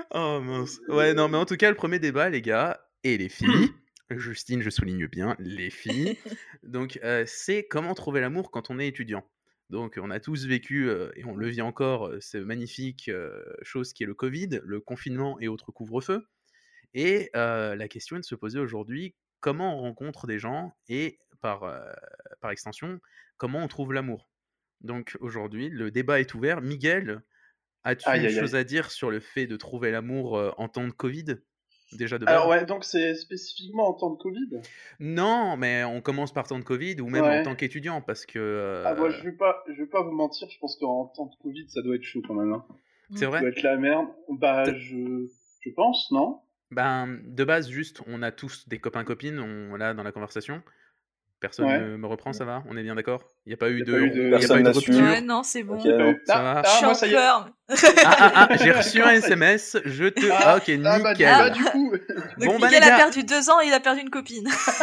Oh mince. Ouais, non, mais en tout cas, le premier débat, les gars, et les filles, Justine, je souligne bien, les filles, donc c'est comment trouver l'amour quand on est étudiant. Donc on a tous vécu, et on le vit encore, ce magnifique, chose qui est le covid, le confinement et autres couvre-feu. Et la question est de se poser aujourd'hui, comment on rencontre des gens et par extension, comment on trouve l'amour? Donc aujourd'hui, le débat est ouvert. Miguel, as-tu Aïe, une aïe, chose aïe. à dire sur le fait de trouver l'amour, en temps de Covid? Déjà de Alors base? ouais, donc c'est spécifiquement en temps de Covid? Non, mais on commence par temps de Covid ou même en Ouais. tant qu'étudiant parce que, Ah moi je vais pas vous mentir, je pense qu'en temps de Covid ça doit être chaud quand même, hein. c'est Mm. Ça vrai? doit être la merde. Bah T je pense, non? Ben, de base, juste, on a tous des copains-copines, on là, dans la conversation. Personne Ouais. me reprend, ça va? On est bien d'accord? Il y a pas eu Y a pas eu il y a pas de eu Personne de n'a su. Ouais, rupture? non, c'est Ok, bon. y a pas non. eu. Ça va? Je suis Moi en ça y est. pleurs. J'ai reçu un Ça y est. SMS, je te Ah, OK, Ah, bah nickel. du coup. donc Bon, bah, les Miguel a gars, perdu 2 ans et il a perdu une copine.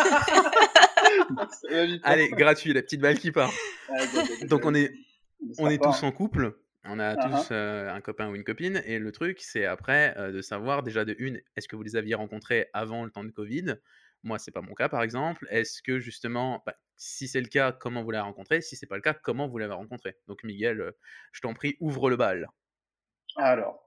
Ça va vite, hein. allez, gratuit, la petite balle qui part. Aïe, aïe, aïe, Donc aïe. On on espère est pas, tous hein. en couple, on a Ah, tous, ah. un copain ou une copine et le truc, c'est après, de savoir déjà de une, est-ce que vous les aviez rencontrés avant le temps de Covid? Moi, c'est pas mon cas, par exemple. Est-ce que justement, bah, si c'est le cas, comment vous l'avez rencontré? Si c'est pas le cas, comment vous l'avez rencontré? Donc Miguel, je t'en prie, ouvre le bal. Alors.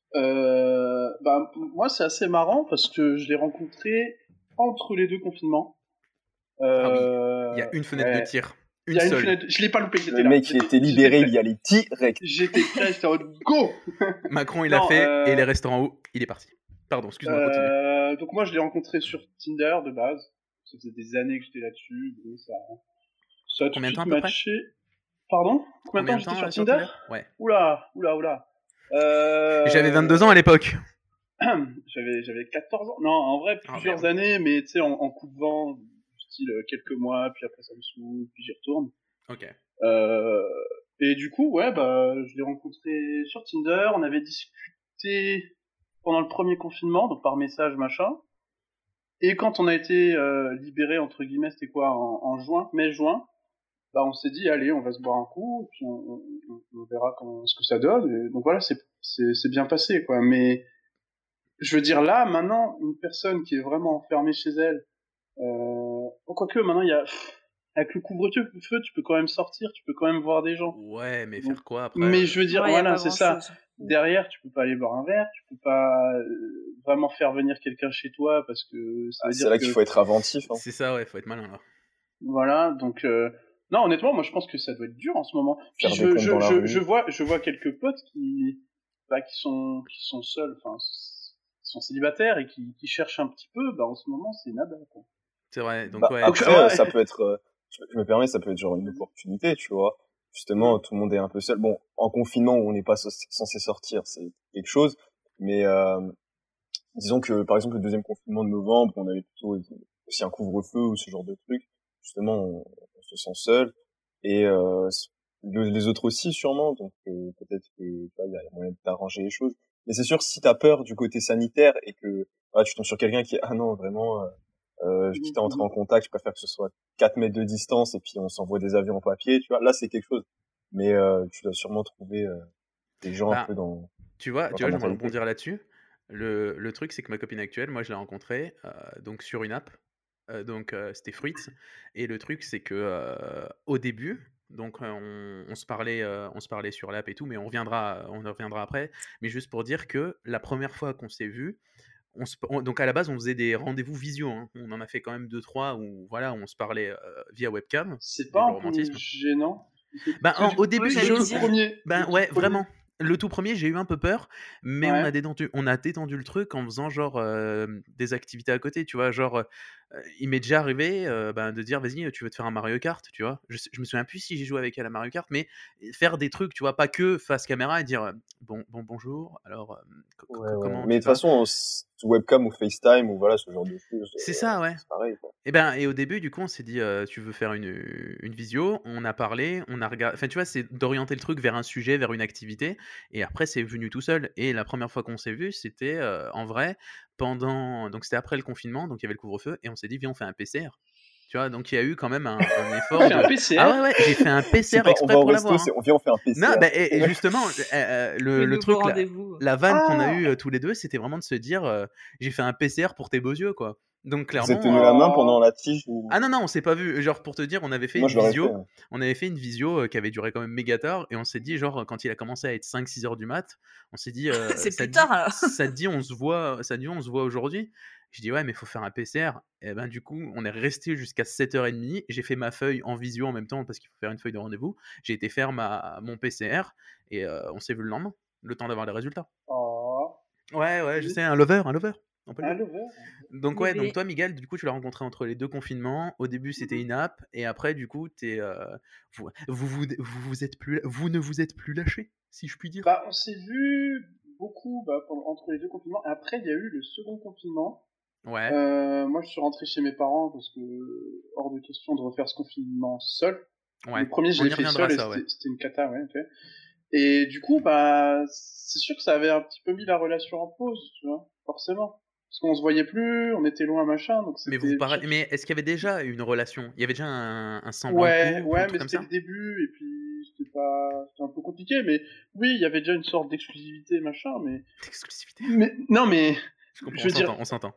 Bah moi c'est assez marrant parce que je l'ai rencontré entre les deux confinements. Ah oui, il y a une fenêtre de Ouais. tir, Il y une a une seule. fenêtre, je l'ai pas loupé, Le j'étais là. mec, il était libéré, il y allait direct. J'étais prêt, j'étais en mode go. Macron, il l'a Non, fait et les restaurants haut, il est parti. Pardon, excuse-moi, continue. donc moi je l'ai rencontré sur Tinder de base. Ça faisait des années que j'étais là-dessus. Bon, ça a tout de Combien de temps suite à peu près? matché. Pardon? Combien de Combien temps de j'étais temps, sur sur Tinder? Tinder? Ouais. Oula, oula, oula. J'avais 22 ans à l'époque. J'avais 14 ans. Non, en vrai, Ah plusieurs merde. années, mais tu sais, en coup de vent, du style quelques mois, puis après ça me saoule, puis j'y retourne. OK. Euh, et du coup, ouais, bah, je l'ai rencontré sur Tinder, on avait discuté pendant le premier confinement, donc par message, machin. Et quand on a été libéré, entre guillemets, c'était quoi, en juin, mai-juin, bah on s'est dit, allez, on va se boire un coup, et puis on verra ce que ça donne. Et donc voilà, c'est bien passé, quoi. Mais je veux dire, là, maintenant, une personne qui est vraiment enfermée chez elle, quoique maintenant, avec le couvre-feu, tu peux quand même sortir, tu peux quand même voir des gens. Ouais, mais Donc, faire quoi après? mais je veux dire, Ouais, y a voilà, pas c'est ça. grand-chose. Derrière, tu peux pas aller boire un verre, tu peux pas vraiment faire venir quelqu'un chez toi parce que ça Ah, veut c'est dire là que, qu'il faut être inventif. Hein. C'est ça, ouais, faut être malin là. voilà, donc, non, honnêtement, moi, je pense que ça doit être dur en ce moment. Puis Faire des comptes dans la rue. je vois quelques potes qui sont seuls, enfin, qui sont célibataires et qui cherchent un petit peu, bah, en ce moment, c'est nada, quoi. C'est vrai, donc Bah, ouais. Donc, après, ouais. ça peut être, je me permets, ça peut être genre une opportunité, tu vois. Justement, tout le monde est un peu seul. Bon, en confinement où on n'est pas censé sortir, c'est quelque chose. Mais disons que, par exemple, le deuxième confinement de novembre, on avait plutôt aussi un couvre-feu ou ce genre de truc. Justement, on se sent seul. Et les autres aussi, sûrement. Donc peut-être que tu vois, il y a moyen d'arranger les choses. Mais c'est sûr, si t'as peur du côté sanitaire et que voilà, tu tombes sur quelqu'un qui est ah non vraiment quitte à entrer en contact, je préfère que ce soit 4 mètres de distance et puis on s'envoie des avions en papier, tu vois, là c'est quelque chose. Mais tu dois sûrement trouver des gens un Bah, peu dans tu vois, ta j'aimerais mentalité. rebondir là-dessus. Le truc, c'est que ma copine actuelle, moi, je l'ai rencontrée donc sur une app. C'était Fruits. Et le truc, c'est que au début, donc on se parlait sur l'app et tout, mais on y reviendra après. Mais juste pour dire que la première fois qu'on s'est vu, donc à la base, on faisait des rendez-vous visio. Hein. On en a fait quand même deux, trois où voilà, on se parlait via webcam. C'est pas Vive le un peu romantisme. gênant? Ben, Parce que au début, j'allais le tout dire. premier, ben le tout ouais, premier. vraiment. Le tout premier, j'ai eu un peu peur, mais Ouais. on a détendu le truc en faisant genre des activités à côté, tu vois. Genre, il m'est déjà arrivé ben, de dire, vas-y, tu veux te faire un Mario Kart, tu vois. Je me souviens plus si j'ai joué avec elle à Mario Kart, mais faire des trucs, tu vois, pas que face caméra et dire, bonjour, alors, Ouais. comment Mais de tu toute vas? façon, webcam ou FaceTime ou voilà ce genre de choses, C'est ça, ouais. c'est pareil quoi. Et au début, du coup, on s'est dit, tu veux faire une visio? On a parlé, on a regardé. Enfin, tu vois, c'est d'orienter le truc vers un sujet, vers une activité. Et après, c'est venu tout seul. Et la première fois qu'on s'est vu, c'était en vrai, donc c'était après le confinement, donc il y avait le couvre-feu. Et on s'est dit, viens, on fait un PCR. Tu vois, donc il y a eu quand même un effort Fait un de. PCR. Ah ouais, j'ai fait un C'est PCR pas, on exprès va au pour resto, l'avoir. Hein. on vient, on fait un Non, PCR. bah, et justement, Le le nouveau truc, rendez-vous. la vanne qu'on a Ah eue tous les deux, c'était vraiment de se dire j'ai fait un PCR pour tes beaux yeux, quoi. Donc Vous êtes clairement. tenu la main pendant la tige ou... Ah non, on s'est pas vu. Genre, pour te dire, on avait fait Moi, une je l'aurais fait. visio. Hein. On avait fait une visio qui avait duré quand même méga tard. Et on s'est dit, genre, quand il a commencé à être 5-6 heures du mat, on s'est dit, C'est ça plus te tard dit, alors. ça te dit, on se voit aujourd'hui. Je dis, ouais, mais faut faire un PCR. Et ben, du coup, on est resté jusqu'à 7h30. J'ai fait ma feuille en visio en même temps parce qu'il faut faire une feuille de rendez-vous. J'ai été faire mon PCR et on s'est vu le lendemain, le temps d'avoir les résultats. Oh. Ouais, je sais, un lover. On peut le Ah, dire. le verre. Donc Il y ouais, donc avait- toi Miguel, du coup tu l'as rencontré entre les 2 confinements. Au début c'était une app et après du coup vous ne vous êtes plus lâchés, si je puis dire. Bah, on s'est vu beaucoup entre les deux confinements. Et après, il y a eu le second confinement. Ouais, Moi, je suis rentré chez mes parents parce que hors de question de refaire ce confinement seul. ouais. Le premier, je On l'ai y fait reviendra à seul et ça, ouais. c'était une cata, ouais, ok. Et du coup, bah, c'est sûr que ça avait un petit peu mis la relation en pause, tu vois, forcément. Parce qu'on se voyait plus, on était loin, machin, donc Mais vous c'était... mais est-ce qu'il y avait déjà une relation? Il y avait déjà un semblant de Ouais, couple ou un ouais, truc mais comme c'était le ça? début, et puis c'était un peu compliqué, mais oui, il y avait déjà une sorte d'exclusivité, machin, mais... D'exclusivité. Non, mais... Je comprends, Je veux dire... on s'entend.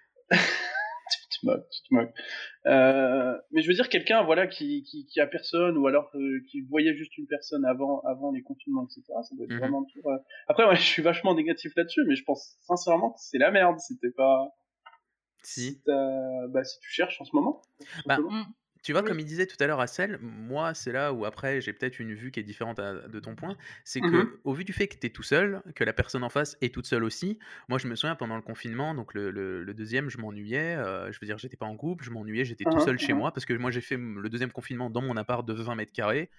Tu te moques. Mais je veux dire quelqu'un voilà qui a personne ou alors qui voyait juste une personne avant les confinements, etc. Ça doit être Mhm. vraiment dur. Après ouais, je suis vachement négatif là-dessus, mais je pense sincèrement que c'est la merde si t'es pas Si. si tu cherches en ce moment. Tout Bah, simplement. Mm. tu vois, Oui. comme il disait tout à l'heure Assel, moi, c'est là où après j'ai peut-être une vue qui est différente de ton point. C'est Mhm. que, au vu du fait que tu es tout seul, que la personne en face est toute seule aussi, moi je me souviens pendant le confinement, donc le deuxième, je m'ennuyais. Je veux dire, j'étais pas en couple, je m'ennuyais, j'étais tout Mhm, seul chez mhm. moi parce que moi j'ai fait le deuxième confinement dans mon appart de 20 mètres carrés.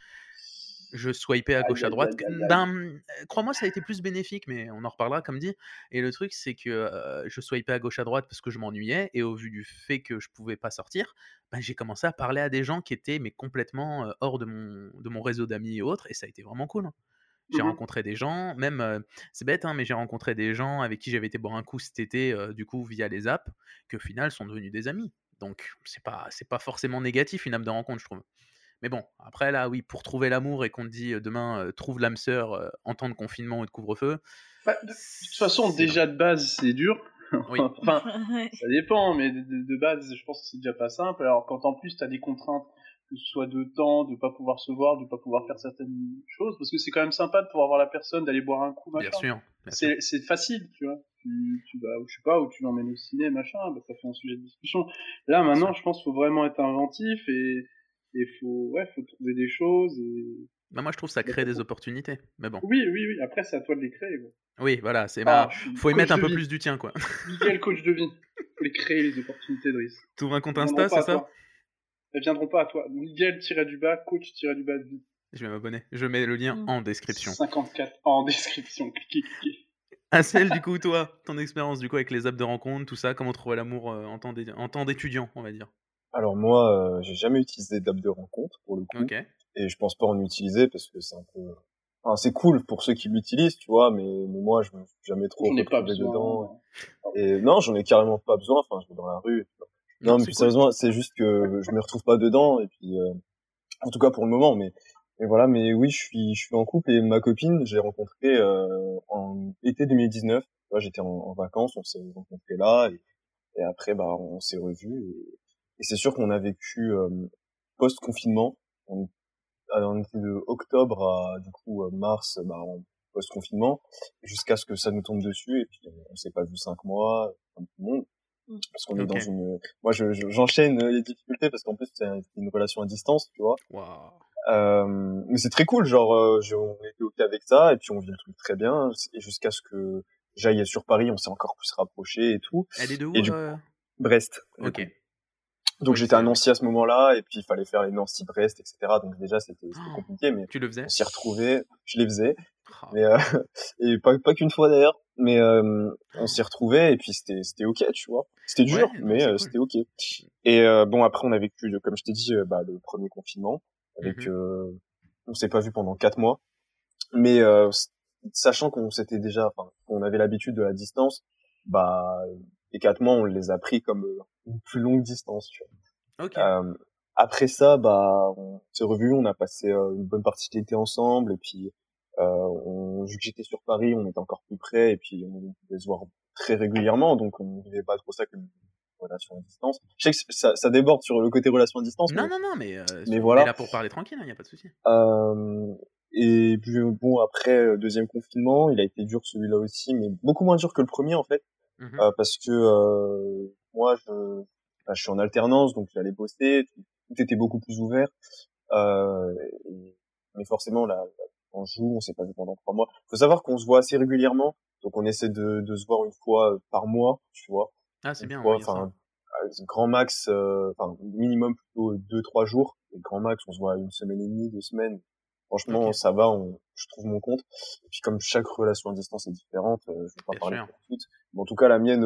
Je swipais à gauche Aïe à aïe droite. aïe aïe aïe. Ben, crois-moi, ça a été plus bénéfique, mais on en reparlera comme dit. Et le truc, c'est que je swipais à gauche à droite parce que je m'ennuyais, et au vu du fait que je pouvais pas sortir, ben, j'ai commencé à parler à des gens qui étaient mais complètement hors de mon réseau d'amis et autres, et ça a été vraiment cool. Hein. J'ai Mhm. rencontré des gens, même, c'est bête, hein, mais j'ai rencontré des gens avec qui j'avais été boire un coup cet été, du coup, via les apps, qui au final sont devenus des amis. Donc, c'est pas forcément négatif une app de rencontre, je trouve. Mais bon, après là, oui, pour trouver l'amour et qu'on te dit demain, trouve l'âme sœur en temps de confinement ou de couvre-feu, Bah, de toute façon, c'est long. déjà de base, c'est dur. Oui, Enfin, Ouais. ça dépend, mais de base, je pense que c'est déjà pas simple. Alors quand en plus t'as des contraintes, que ce soit de temps, de pas pouvoir se voir, de pas pouvoir faire certaines choses, parce que c'est quand même sympa de pouvoir voir la personne, d'aller boire un coup, bien machin. sûr, bien sûr. C'est facile, tu vois. Tu vas, je sais pas, où tu l'emmènes au ciné, machin, bah, ça fait un sujet de discussion. Là Bien maintenant, sûr. je pense qu'il faut vraiment être inventif et faut trouver des choses et Bah, moi, je trouve que ça bah, crée des opportunités. Mais bon, oui. Après, c'est à toi de les créer. Quoi. oui, voilà, Ah, je suis faut y coach mettre un de peu vie. plus du tien, quoi. Miguel, coach de vie. Faut les créer, les opportunités, Driss. T'ouvres un compte Elles viendront Insta, pas c'est à ça? toi. Elles viendront pas à toi. Miguel-du-bas, coach-de vie. Je vais m'abonner. Je mets le lien Mm. en description. 54 en description. Cliquez. Assel, du coup, toi, ton expérience du coup avec les apps de rencontre, tout ça, comment trouver l'amour en temps d'étudiant, on va dire. Alors moi, j'ai jamais utilisé d'app de rencontre pour le coup, Ok. et je pense pas en utiliser parce que c'est un peu, enfin c'est cool pour ceux qui l'utilisent, tu vois, mais moi je me suis jamais trop J'en ai pas retrouvé dedans. besoin. Et non, j'en ai carrément pas besoin. Enfin, je vais dans la rue. Non, Non, mais c'est plus cool. sérieusement, c'est juste que je me retrouve pas dedans. Et puis, en tout cas pour le moment. Mais voilà. Mais oui, je suis en couple et ma copine, j'ai rencontré en été 2019. Tu vois, j'étais en vacances, on s'est rencontrés là. Et après, bah, on s'est revus. Et c'est sûr qu'on a vécu post-confinement. On était de octobre à du coup mars, bah, en post-confinement, jusqu'à ce que ça nous tombe dessus. Et puis on s'est pas vu 5 mois, comme tout le monde, Mm. parce qu'on est dans Ok. une. Moi, j'enchaîne les difficultés parce qu'en plus c'est une relation à distance, tu vois. Waouh. Mais c'est très cool, genre on était ok avec ça et puis on vit le truc très bien. Et jusqu'à ce que j'aille sur Paris, on s'est encore plus rapprochés et tout. Elle est de Et où du coup, Brest. Du Ok. coup. Donc Oui, j'étais à oui. Nancy à ce moment-là, et puis il fallait faire les Nancy-Brest, etc. Donc déjà c'était Oh, compliqué, mais tu le faisais? on s'y retrouvait, je les faisais, Ah, mais et pas qu'une fois d'ailleurs, mais on s'y retrouvait et puis c'était ok, tu vois. C'était ouais, dur, non, mais c'est cool. c'était ok. Et bon après on a vécu, comme je t'ai dit, bah, le premier confinement, avec Mhm. on s'est pas vu pendant 4 mois, mais sachant qu'on s'était déjà, enfin qu'on avait l'habitude de la distance, bah les 4 mois on les a pris comme une plus longue distance, tu vois. Ok. Après ça, bah, on s'est revus, on a passé une bonne partie de l'été ensemble, et puis vu que j'étais sur Paris, on était encore plus près, et puis on pouvait se voir très régulièrement, donc on ne vivait pas trop ça comme une relation à distance. Je sais que ça déborde sur le côté relation à distance, Non, non, non, mais mais on est voilà. là pour parler tranquille, il n'y a pas de souci. Et puis bon, après deuxième confinement, il a été dur celui-là aussi, mais beaucoup moins dur que le premier en fait, parce que moi je suis en alternance, donc j'allais bosser, tout était beaucoup plus ouvert, mais forcément là, on joue, on s'est pas vu pendant 3 mois. Faut savoir qu'on se voit assez régulièrement, donc on essaie de se voir une fois par mois, tu vois. Ah, c'est bien, Enfin, grand max, enfin minimum plutôt 2-3 jours, et grand max on se voit 1 semaine et demie, 2 semaines. Franchement, Ok. ça va, je trouve mon compte. Et puis comme chaque relation à distance est différente, je vais pas Bien parler sûr. pour toutes, mais en tout cas la mienne,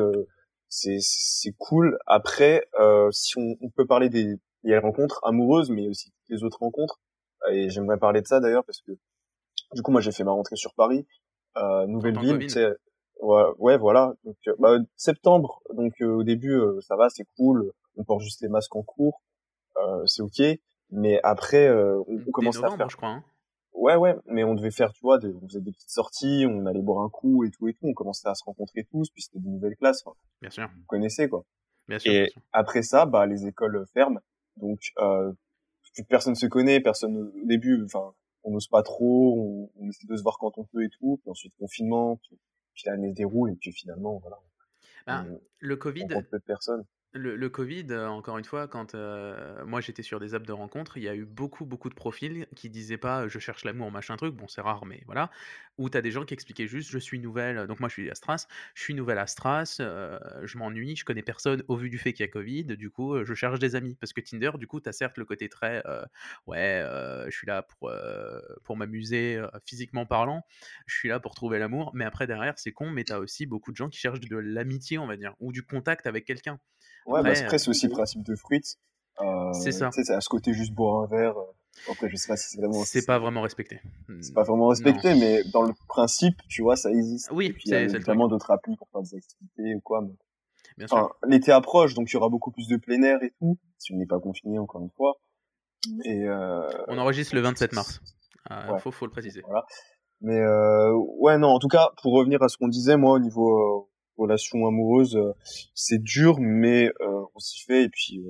c'est cool. Après, si on peut parler il y a les rencontres amoureuses, mais aussi toutes les autres rencontres. Et j'aimerais parler de ça d'ailleurs parce que du coup moi j'ai fait ma rentrée sur Paris, nouvelle temps ville, Covid. tu sais. Ouais, voilà. Donc septembre, donc au début ça va, c'est cool. On porte juste les masques en cours, c'est ok. Mais après on Dès commençait à novembre, faire. je crois. Hein. Ouais, mais on devait faire, tu vois, on faisait des petites sorties, on allait boire un coup et tout, on commençait à se rencontrer tous, puis c'était de nouvelles classes, enfin, Bien sûr. vous connaissez, quoi. Bien sûr, bien Et sûr. après ça, bah, les écoles ferment, donc plus personne se connaît, personne, au début, enfin, on n'ose pas trop, on essaie de se voir quand on peut et tout, puis ensuite confinement, puis l'année se déroule, et puis finalement, voilà, Ben, le on Covid, rencontre peu de personnes. Le Covid, encore une fois, quand moi j'étais sur des apps de rencontres, il y a eu beaucoup, beaucoup de profils qui disaient pas je cherche l'amour, machin truc, bon c'est rare, mais voilà. Ou t'as des gens qui expliquaient juste je suis nouvelle, donc moi je suis à Stras, je suis nouvelle à Stras, je m'ennuie, je connais personne au vu du fait qu'il y a Covid, du coup je cherche des amis. Parce que Tinder, du coup, t'as certes le côté très ouais, je suis là pour m'amuser physiquement parlant, je suis là pour trouver l'amour, mais après derrière c'est con, mais t'as aussi beaucoup de gens qui cherchent de l'amitié, on va dire, ou du contact avec quelqu'un. Ouais, bah Après, après c'est aussi le principe de Fruits. c'est Tu ça. sais, c'est à ce côté juste boire un verre. Après, je sais pas si c'est vraiment, C'est pas vraiment respecté. c'est pas vraiment Non. respecté, mais dans le principe, tu vois, ça existe. Et Oui, puis il y a c'est le truc. évidemment d'autres applis pour faire des activités ou quoi. Mais... Bien sûr. Enfin, l'été approche, donc il y aura beaucoup plus de plein air et tout, si on n'est pas confiné encore une fois. Et On enregistre le 27 mars. Ouais. Faut le préciser. Voilà. Mais ouais, non, en tout cas, pour revenir à ce qu'on disait, moi, au niveau relation amoureuse, c'est dur, mais on s'y fait. Et puis,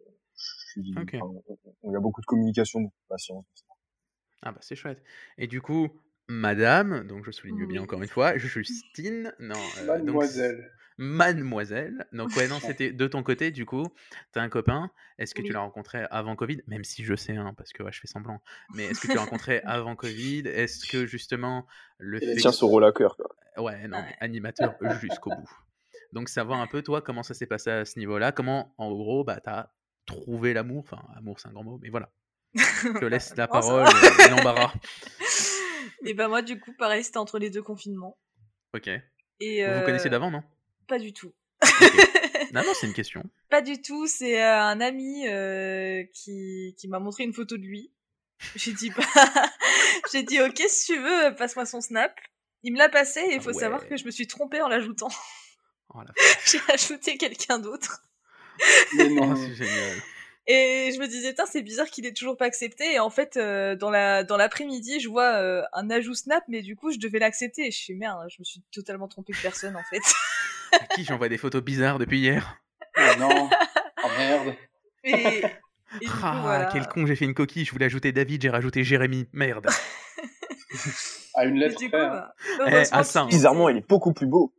Ok. il y a beaucoup de communication, beaucoup de patience. Ah bah c'est chouette. Et du coup, madame, donc je souligne bien encore une fois, Justine, non, donc Mademoiselle. mademoiselle. Donc ouais, non, c'était de ton côté, du coup, t'as un copain. Est-ce que tu Oui. l'as rencontré avant Covid? Même si je sais, hein, parce que ouais, je fais semblant. Mais est-ce que tu l'as rencontré avant Covid? Est-ce que justement le Et la fait Tiens que... ce rôle à cœur, quoi. Ouais, non, Ouais. mais animateur jusqu'au bout. Donc savoir un peu, toi, comment ça s'est passé à ce niveau-là, comment, en gros, bah, t'as trouvé l'amour, enfin, amour, c'est un grand mot, mais voilà. Je te laisse la Comment ça parole va et l'embarras. Et ben moi, du coup, pareil, c'était entre les 2 confinements. Ok. Et Vous connaissiez d'avant, non? pas du tout. Ok. Non, non, c'est une question. Pas du tout, c'est un ami qui m'a montré une photo de lui. J'ai dit j'ai dit ok si tu veux, passe-moi son snap. Il me l'a passé et il faut savoir que je me suis trompée en l'ajoutant. Oh la vache. J'ai ajouté quelqu'un d'autre. Mais non. Oh, c'est génial. Et je me disais, putain, c'est bizarre qu'il ait toujours pas accepté. Et en fait, dans l'après-midi, je vois un ajout Snap, mais du coup, je devais l'accepter. Et je suis merde, je me suis totalement trompée de personne, en fait. À qui j'envoie des photos bizarres depuis hier? Oh non. Oh merde. Et du coup, voilà. Quel con, j'ai fait une coquille, je voulais ajouter David, j'ai rajouté Jérémy. Merde. À une Et lettre du coup, près. bah, à heureusement ça, hein. qu'il Bizarrement, était... il est beaucoup plus beau.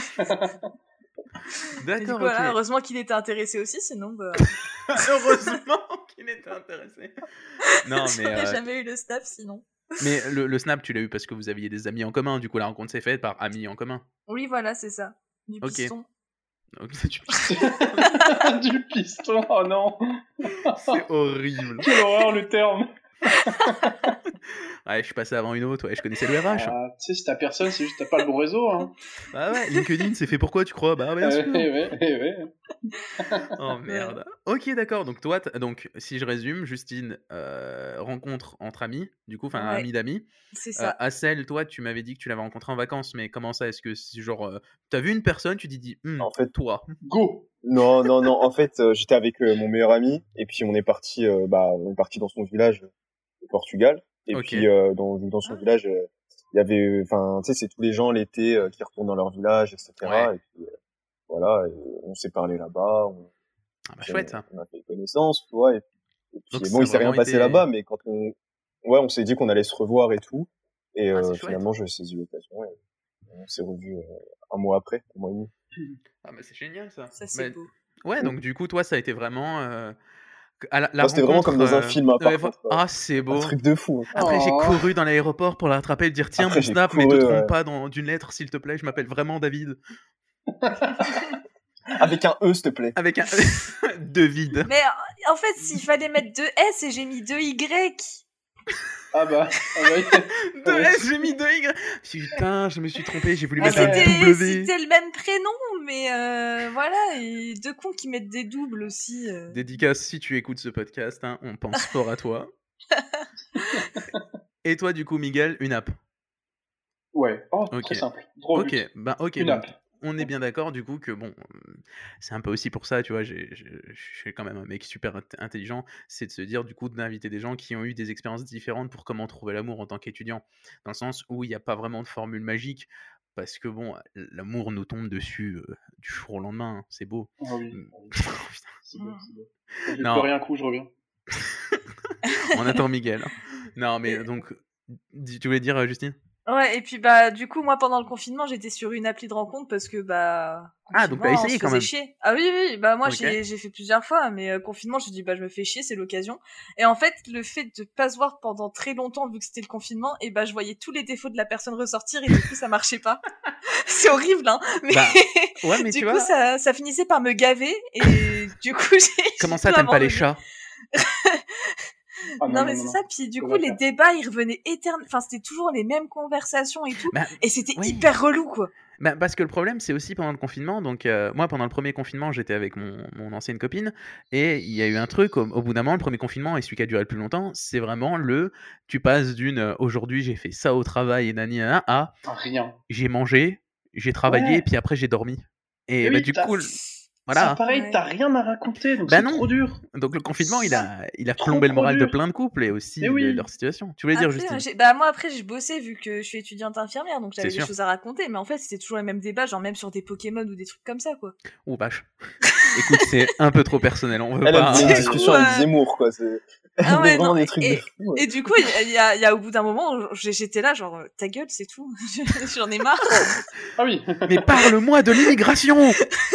Et du D'accord, coup, voilà, ok. heureusement qu'il était intéressé aussi, sinon, bah, Heureusement qu'il était intéressé. Non, mais, j'aurais jamais eu le Snap, sinon. mais le Snap, tu l'as eu parce que vous aviez des amis en commun. Du coup, la rencontre s'est faite par amis en commun. Oui, voilà, c'est ça. Du Ok. piston. Donc, du Du piston, oh non. C'est horrible. Quelle horreur le terme. Ouais, je suis passé avant une autre, ouais, je connaissais le RH. Ah, tu sais, si t'as personne, c'est juste que t'as pas le bon réseau. Hein. Bah ouais, LinkedIn, c'est fait pour quoi, tu crois? Bah bien sûr. Ouais. Oh merde. Ok, d'accord. Donc toi, donc si je résume, Justine, rencontre entre amis, du coup, enfin Ouais, amis d'amis. c'est ça. Assel, toi, tu m'avais dit que tu l'avais rencontré en vacances, mais comment ça? Est-ce que c'est genre, t'as vu une personne, tu t'es dit, En fait, toi. Go. non. En fait, j'étais avec mon meilleur ami et puis on est parti dans son village au Portugal. Et Ok. puis dans son village, il y avait, enfin, tu sais, c'est tous les gens l'été qui retournent dans leur village, etc. Ouais. Et puis voilà, et on s'est parlé là-bas. Ah bah chouette ça. On a fait connaissance, tu vois. Et puis Donc bon, ça a il s'est rien vraiment passé été. là-bas, mais on s'est dit qu'on allait se revoir et tout. Et Ah, c'est chouette. finalement, j'ai saisi l'occasion et on s'est revus un mois et demi. Ah bah c'est génial ça. Ça, c'est Bah, beau. ouais, donc du coup, toi, ça a été vraiment. À la Moi, c'était vraiment comme rencontre. dans un film, hein, par Ouais, contre. Ah, c'est Un beau. truc de fou. Hein. Après, j'ai Oh. couru dans l'aéroport pour la rattraper et dire tiens, Après, mon j'ai snap, mais te couru, trompe ouais. pas d'une lettre, s'il te plaît, je m'appelle vraiment David. Avec un E, s'il te plaît. Avec un de vide. Mais en fait, s'il fallait mettre 2 S et j'ai mis 2 Y. Ah bah. De S, j'ai mis 2 Y. Putain, je me suis trompé, j'ai voulu Ah, mettre un W. c'était le même prénom, mais voilà, et deux cons qui mettent des doubles aussi. Dédicace, si tu écoutes ce podcast, hein, on pense fort à toi. Et toi, du coup, Miguel, une app. Ouais. Oh, Ok. très simple. Droit au but. Ok, Une donc app. on est bien d'accord du coup que bon, c'est un peu aussi pour ça, tu vois, je suis quand même un mec super intelligent, c'est de se dire du coup d'inviter des gens qui ont eu des expériences différentes pour comment trouver l'amour en tant qu'étudiant, dans le sens où il n'y a pas vraiment de formule magique, parce que bon, l'amour nous tombe dessus du jour au lendemain, hein, c'est beau. Ah oui. Putain. C'est beau. J'ai Non. pleuré un coup, je reviens. On attend Miguel. Non mais donc, tu voulais dire Justine? Ouais, et puis bah du coup moi pendant le confinement j'étais sur une appli de rencontre parce que bah Ah, donc t'as confinement, on essayé se quand faisait même. chier. Ah oui bah moi Ok. j'ai fait plusieurs fois, mais confinement je me dis bah je me fais chier, c'est l'occasion. Et en fait le fait de pas se voir pendant très longtemps vu que c'était le confinement, et bah je voyais tous les défauts de la personne ressortir et du coup ça marchait pas. C'est horrible hein, mais, Bah, ouais, mais du tu coup vois. ça finissait par me gaver et du coup j'ai Comment j'ai ça, tout t'aimes pas les abandonné. chats? Ah, Non mais c'est ça, puis du coup les débats ils revenaient enfin c'était toujours les mêmes conversations et tout, Bah, et c'était oui. hyper relou quoi. Bah, parce que le problème, c'est aussi pendant le confinement. Donc, moi, pendant le premier confinement, j'étais avec mon ancienne copine. Et il y a eu un truc, au bout d'un moment, le premier confinement, et celui qui a duré le plus longtemps, c'est vraiment tu passes d'une aujourd'hui, j'ai fait ça au travail et nani nana, à rien. J'ai mangé, j'ai travaillé, Ouais. et puis après, j'ai dormi. Et Mais bah, oui, du coup, ça voilà. pareil, Ouais. t'as rien à raconter, donc Bah c'est non. trop dur. Donc, le confinement, il a Trop, plombé le trop moral de dur. plein de couples et aussi Mais oui. leur situation. Tu voulais dire, Après, Justine? moi après j'ai bossé vu que je suis étudiante infirmière, donc j'avais C'est des sûr. choses à raconter, mais en fait c'était toujours les mêmes débats, genre même sur des Pokémon ou des trucs comme ça quoi. Oh vache. Écoute, c'est un peu trop personnel. On veut Elle pas. a des Du discussions coup, avec Zemmour, quoi. Elle Ah fait ouais, vraiment non, des trucs de fou. et du coup, il y a au bout d'un moment, j'étais là, genre, ta gueule, c'est tout. J'en ai marre. Ah oui. Mais parle-moi de l'immigration.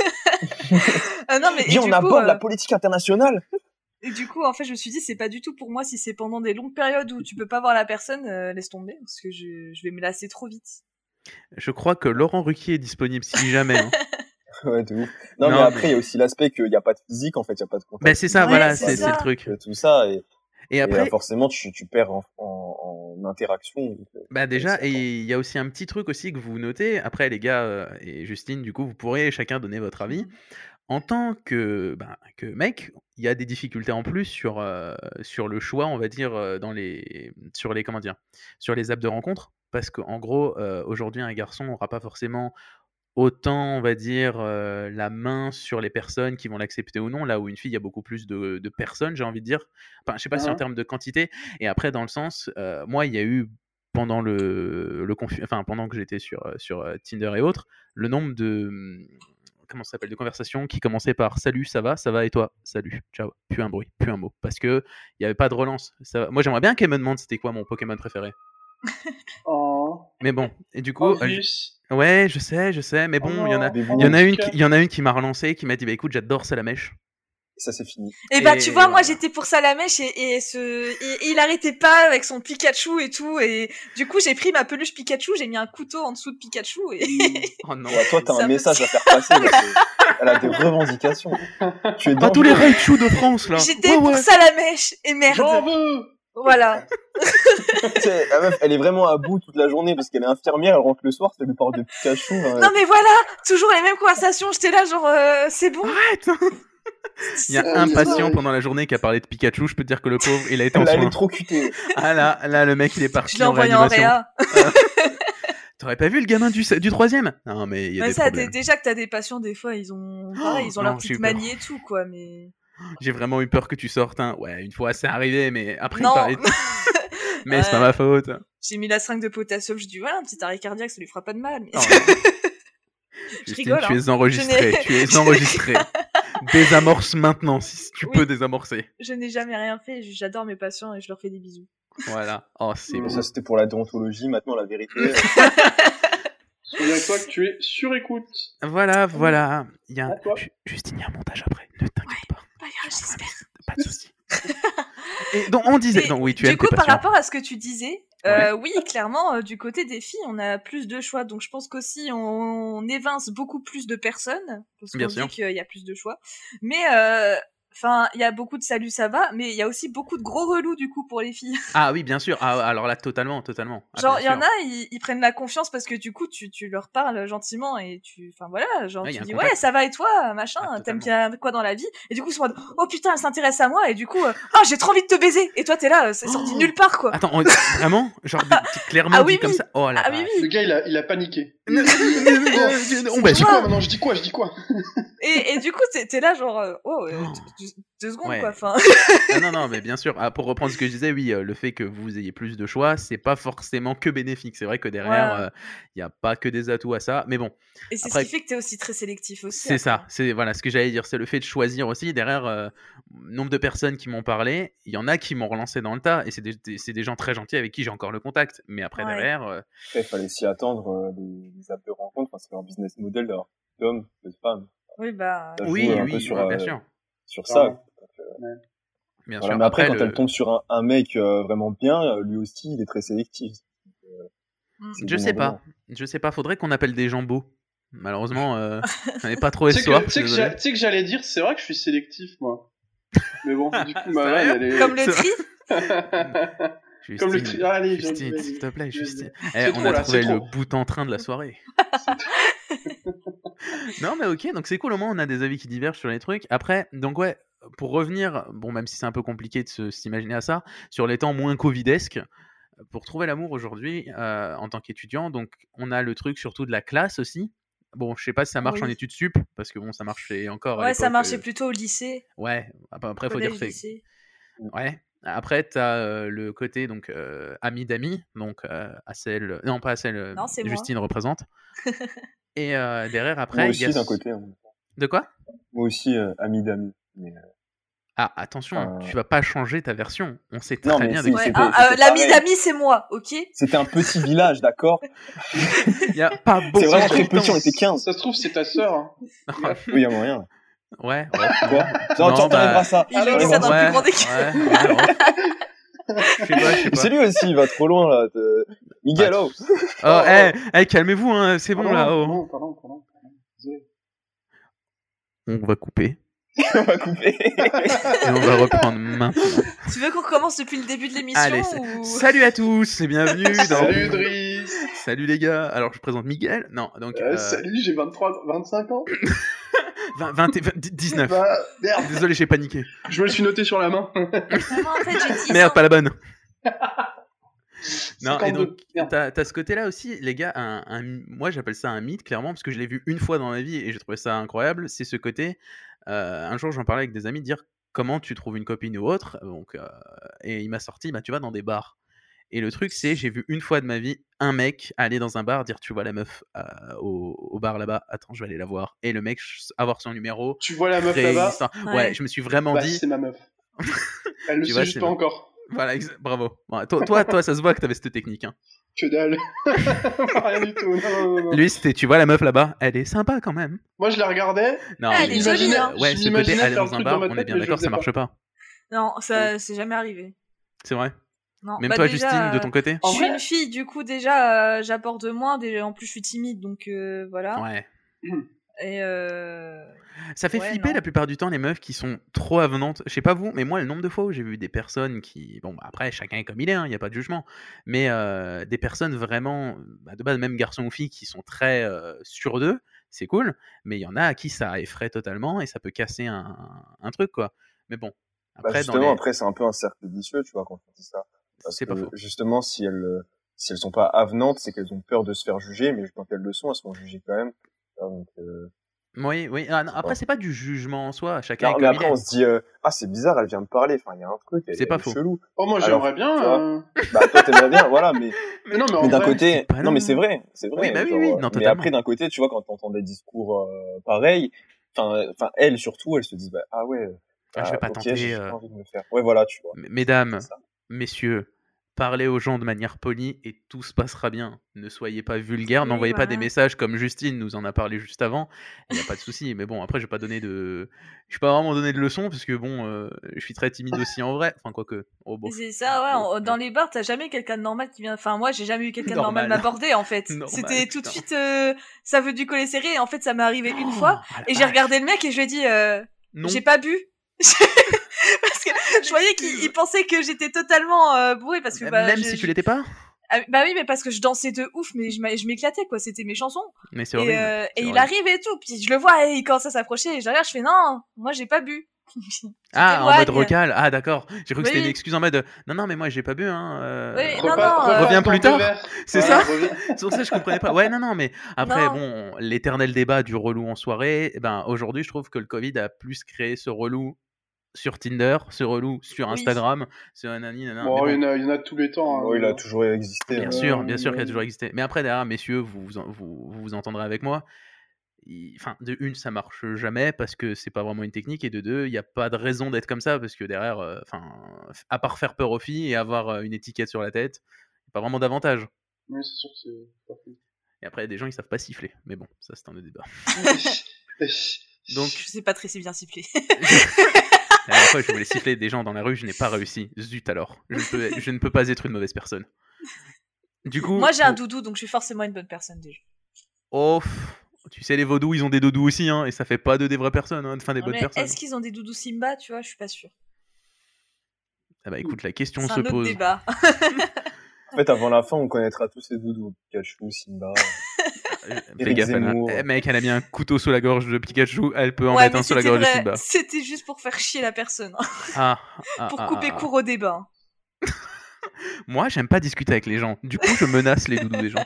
Non, mais, Dis, on aborde la politique internationale. Et du coup, en fait, je me suis dit, c'est pas du tout pour moi si c'est pendant des longues périodes où tu peux pas voir la personne, laisse tomber, parce que je vais me lasser trop vite. Je crois que Laurent Ruquier est disponible si jamais. Hein. Ouais, de ouf. Non, mais après, il y a aussi l'aspect qu'il n'y a pas de physique, en fait, il n'y a pas de contact. Bah, c'est ça, Ouais, voilà, c'est c'est le truc. Tout ça, et après, forcément, tu perds en interaction. Bah déjà, et il y a aussi un petit truc aussi que vous notez. Après, les gars et Justine, du coup, vous pourrez chacun donner votre avis. En tant que mec, il y a des difficultés en plus sur le choix, on va dire, sur les apps de rencontre. Parce qu'en gros, aujourd'hui, un garçon n'aura pas forcément autant, on va dire, la main sur les personnes qui vont l'accepter ou non, là où une fille, il y a beaucoup plus de personnes, j'ai envie de dire. Enfin, je sais pas si en termes de quantité. Et après, dans le sens, moi, il y a eu pendant pendant que j'étais sur Tinder et autres, le nombre de comment ça s'appelle, de conversations qui commençaient par salut, ça va et toi, salut, ciao, plus un bruit, plus un mot, parce que il y avait pas de relance. Moi, j'aimerais bien qu'elle me demande c'était quoi mon Pokémon préféré. Oh. Mais bon, et du coup, ouais, je sais, mais bon, il y en a une qui m'a relancé, qui m'a dit bah écoute, j'adore Salamèche. Ça, c'est fini. Et bah, tu vois, moi, j'étais pour Salamèche et il arrêtait pas avec son Pikachu et tout. Et du coup, j'ai pris ma peluche Pikachu, j'ai mis un couteau en dessous de Pikachu et... Oh non. Ouais, toi, t'as un message à faire passer. Là, elle a des revendications. Tu es dans tous les Raichu de France, là. J'étais pour Salamèche et merde. J'en veux. Voilà. Tu sais, la meuf, elle est vraiment à bout toute la journée parce qu'elle est infirmière, elle rentre le soir, ça lui parle de Pikachu. Non mais voilà, toujours les mêmes conversations. J'étais là genre c'est bon. Arrête. Il y a un patient pendant la journée qui a parlé de Pikachu, je peux te dire que le pauvre, il a été en Là, elle soins. est trop cutée. Ah là, le mec, il est Je parti l'ai en envoyé en réanimation. réa. T'aurais pas vu le gamin du troisième? Non, mais il y a Mais des ça, problèmes. déjà que t'as des patients, des fois, ils ont pareil, ils ont non, leur j'ai eu petite peur. manie et tout, quoi, mais... J'ai vraiment eu peur que tu sortes. Ouais, une fois, c'est arrivé, mais après, il Non. parlait de- Mais c'est pas Ouais. ma faute. J'ai mis la seringue de potassium, je dis voilà, un petit arrêt cardiaque, ça lui fera pas de mal. Mais... Oh, Je Justine, rigole, tu hein. es enregistrée. Je n'ai- Tu es enregistrée. Désamorce maintenant, si tu Oui. peux désamorcer. Je n'ai jamais rien fait, j'adore mes patients et je leur fais des bisous. Voilà. Oh, c'est Mais beau. ça, c'était pour la déontologie. Maintenant, la vérité. Souviens-toi que tu es sur écoute. Voilà. Il y a À toi. Justine, il y a un montage après. Ne t'inquiète pas. Bah, j'espère. Pas de soucis. Et donc, on disait... Et Donc, oui, tu du aimes coup, tes par patients. rapport à ce que tu disais, Ouais. oui, clairement, du côté des filles, on a plus de choix. Donc, je pense qu'aussi, on évince beaucoup plus de personnes, parce Bien qu'on sûr. dit qu'il y a plus de choix. Mais, enfin, il y a beaucoup de salut, ça va, mais il y a aussi beaucoup de gros relous, du coup, pour les filles. Ah oui, bien sûr. Ah, alors là, totalement. Ah, Genre, bien il y en sûr. a, ils prennent la confiance parce que du coup, tu leur parles gentiment et enfin voilà, genre Ouais, y a tu un dis contact. ouais, ça va et toi, machin, Ah, t'aimes totalement. bien quoi dans la vie? Et du coup, ils sont en mode oh putain, elle s'intéresse à moi et du coup, j'ai trop envie de te baiser. Et toi, t'es là, c'est sorti Oh. nulle part quoi. Attends, vraiment? Genre, clairement Ah oui, dit comme oui. ça? Oh la Ah oui, vache. oui. Le gars, il a paniqué. On Je bah, dis quoi maintenant? Je dis quoi? Et du coup, t'es là genre Oh. 2 secondes Ouais. quoi. Enfin, Ah non, mais bien sûr. Ah, pour reprendre ce que je disais, oui, le fait que vous ayez plus de choix, c'est pas forcément que bénéfique. C'est vrai que derrière, il n'y a pas que des atouts à ça. Mais bon, et c'est après, ce qui fait que t'es aussi très sélectif aussi. c'est après. ça. C'est voilà ce que j'allais dire. C'est le fait de choisir aussi. Derrière, nombre de personnes qui m'ont parlé, il y en a qui m'ont relancé dans le tas. Et c'est des gens très gentils avec qui j'ai encore le contact. Mais après, Ouais. derrière, Après, il fallait s'y attendre, les apps de rencontre. Enfin, c'est leur business model d'avoir d'hommes, de femmes. Oui bah. Ça joue oui, un peu oui, sur, ouais, bien sûr. sur ça. Pardon. Bien Voilà. sûr. Mais après, quand le- elle tombe sur un mec vraiment bien, lui aussi, il est très sélectif. C'est Je sais donnant-donnant. pas. Je sais pas. Faudrait qu'on appelle des gens beaux. Malheureusement, j'en ai pas trouvé Tu ce sais soir. que, je suis tu sais désolé. que c'est que j'allais dire, c'est vrai que je suis sélectif, moi. Mais bon, du coup, ma Sérieux vanne, elle est... Comme le C'est tri. Comme le Justine, tri. Allez, Justine, vas-y. s'il te plaît, Vas-y. Justine. C'est On trop, a là, trouvé c'est le trop. bout en train de la soirée. Non, mais ok, donc c'est cool, au moins on a des avis qui divergent sur les trucs. Après, donc ouais, pour revenir, bon, même si c'est un peu compliqué de s'imaginer à ça, sur les temps moins covidesques, pour trouver l'amour aujourd'hui, en tant qu'étudiant, donc on a le truc surtout de la classe aussi. Bon, je sais pas si ça marche en Oui. études sup, parce que bon, ça marchait encore à Ouais, l'époque. ça marchait plutôt au lycée, Ouais, après, faut dire collège, que c'est. lycée. Ouais. Après, t'as le côté donc ami d'amis, donc Assel, non pas Assel, Non, c'est moi. Justine représente. Et derrière, Moi après, il y aussi, a. d'un côté. Hein. De quoi? Moi aussi, ami d'amis. Mais, Ah, attention, Enfin, tu vas pas changer ta version. On sait Non, très mais bien si, de qui Ouais, tu c'était- parles. c'était l'ami pareil. d'amis, c'est moi, ok? C'était un petit village, d'accord? Il y a pas beaucoup C'est vraiment très d'habitants. petit, on était 15. Ça se trouve, c'est ta sœur. Hein. Oui, y a moyen. Ouais, Quoi? Non, Non, tu t'enlèveras bah, ça. Il Alors, le dit ça dans le ouais, plus grand des cas. Je sais pas. C'est lui aussi, il va trop loin, là. Miguel, Ah, oh. Oh, calmez-vous, hein, c'est bon là. Oh. Pardon. Désolé. On va couper On va couper. et on va reprendre maintenant. Tu veux qu'on recommence depuis le début de l'émission Allez, ou... salut à tous et bienvenue dans. Salut Driss. Salut les gars. Alors je présente Miguel. Non, donc Salut, j'ai 25 ans. 19. Bah, merde. Désolé, j'ai paniqué. Je me le suis noté sur la main. Maman, en fait, j'ai 10 Merde, ans. pas la bonne. Non, et 52. donc, Merde. t'as ce côté-là aussi, les gars, moi j'appelle ça un mythe, clairement, parce que je l'ai vu une fois dans ma vie et j'ai trouvé ça incroyable. C'est ce côté, un jour j'en parlais avec des amis, dire comment tu trouves une copine ou autre, donc, et il m'a sorti, bah tu vas dans des bars. Et le truc, c'est, j'ai vu une fois de ma vie un mec aller dans un bar, dire tu vois la meuf au bar là-bas, attends, je vais aller la voir. Et le mec, avoir son numéro. Tu vois la meuf créer une là-bas? histoire. Ouais. Ouais, je me suis vraiment Bah, dit. c'est ma meuf. Elle le Tu sait vois, juste c'est pas ma- encore. Voilà, bravo. Bon, toi, ça se voit que t'avais cette technique. Hein. Que dalle. Rien du tout. Non. Lui, c'était, tu vois la meuf là-bas, elle est sympa quand même. Moi, je la regardais. Non, Ah, elle mais- est jolie, hein. Ouais, Je ce côté m'imaginais aller faire dans le un truc bar, dans ma on est tête, bien mais je d'accord, le ça faisais marche pas. Non, ça c'est jamais arrivé. C'est vrai. Non. Même Bah, toi, déjà, Justine, de ton côté. Je En suis vrai- une fille, du coup déjà j'aborde moins. En plus, je suis timide, donc voilà. Ouais. Et Ça fait ouais, flipper non. la plupart du temps les meufs qui sont trop avenantes. Je sais pas vous, mais moi, le nombre de fois où j'ai vu des personnes qui. Bon, bah, après, chacun est comme il est, il n'y a pas de jugement. Mais des personnes vraiment, de base, même garçons ou filles, qui sont très sûrs d'eux, c'est cool. Mais il y en a à qui ça effraie totalement et ça peut casser un truc, quoi. Mais bon, Bah après, dans justement, les. après c'est un peu un cercle vicieux, tu vois, quand on dit ça. Parce C'est pas que faux. justement, si elles sont pas avenantes, c'est qu'elles ont peur de se faire juger, mais quand elles le sont, elles se font juger quand même. Tu vois, donc, Oui, oui. Ah, non, je sais après, pas. c'est pas du jugement en soi. Chacun est Non, mais comme il après on est. se dit ah c'est bizarre, elle vient me parler. Enfin, il y a un truc, C'est elle pas est faux. chelou. Oh, moi, Alors, j'aimerais tu vois, bien. bah toi t'aimerais bien, voilà, mais Mais non, mais mais en d'un vrai. Je dis côté, pas non mais non. c'est Oui, bah vrai, oui, genre, oui, non, mais totalement. après d'un côté, tu vois, quand t'entends des discours pareils, enfin elles surtout, elles se disent bah ah ouais, Ah, je vais bah pas ok, j'ai tenter. juste pas envie de me faire. Ouais voilà, tu vois, c'est Mesdames, ça. messieurs, parlez aux gens de manière polie et tout se passera bien. Ne soyez pas vulgaires, Oui, n'envoyez pas des voilà. messages comme Justine nous en a parlé juste avant. Il n'y a pas de souci. Mais bon, après, je vais pas vraiment donner de leçons parce que bon, je suis très timide aussi en vrai. Enfin, quoique, oh bof. C'est ça, ouais. Bon, Dans les bars, t'as jamais quelqu'un de normal qui vient. Enfin, moi, j'ai jamais eu quelqu'un de normal normal, m'aborder, en fait. normal, C'était tout de putain. suite, ça veut du collet serré. Et en fait, ça m'est arrivé une Oh, fois. ah la Et j'ai regardé vache. le mec et je lui ai dit, Non. j'ai pas bu. Parce que je voyais qu'il pensait que j'étais totalement bourrée parce que Même si tu l'étais pas. bah oui, mais parce que je dansais de ouf, mais je m'éclatais, quoi. C'était mes chansons. Mais c'est Et, horrible. et C'est il horrible. arrive et tout. Puis je le vois et il commence à s'approcher. Et je regarde, je fais non, moi j'ai pas bu. Tu Ah, en mode t'éloignes. recal. Ah, d'accord. J'ai cru que c'était une Oui, excuse en mode non, non, mais moi j'ai pas bu. oui, non, Reviens Repasse dans plus deux tard. verres. C'est Voilà, ça. reviens. C'est pour ça que je comprenais pas. Ouais, non, non, mais après, non. bon, l'éternel débat du relou en soirée. Ben aujourd'hui, je trouve que le Covid a plus créé ce relou sur Tinder, ce relou sur Oui. Instagram, sur nanani, nanana. Mais Bon, bon, il y en a tous les temps. Bon, il a toujours existé. bien Hein. sûr qu'il a toujours existé. Mais après, derrière, messieurs, vous entendrez avec moi. Enfin, de une, ça marche jamais parce que c'est pas vraiment une technique, et de deux, il n'y a pas de raison d'être comme ça parce que derrière, enfin, à part faire peur aux filles et avoir une étiquette sur la tête, pas vraiment d'avantage. Oui, c'est sûr que c'est pas fou. Et après, il y a des gens ils savent pas siffler, mais bon, ça c'est un autre débat. Donc, Je sais pas très bien siffler. la dernière fois, je voulais siffler des gens dans la rue, je n'ai pas réussi. Zut alors, je ne peux pas être une mauvaise personne. Du coup, Moi j'ai un doudou, donc je suis forcément une bonne personne déjà. oh, tu sais, les vaudous, ils ont des doudous aussi, et ça fait pas d'eux des vraies personnes, enfin des bonnes Mais personnes. est-ce qu'ils ont des doudous Simba, tu vois? Je suis pas sûre. Ah bah écoute, la question C'est se un autre pose. débat. En fait, avant la fin, on connaîtra tous ces doudous, Pikachu, Simba. Fais Eric gaffe, Zemmour. mec, elle a mis un couteau sous la gorge de Pikachu, elle peut en Ouais, mettre mais un sous la c'était gorge de vrai. Simba. C'était juste pour faire chier la personne. Pour couper Ah. court au débat. Moi, j'aime pas discuter avec les gens. Du coup, je menace les doudous des gens.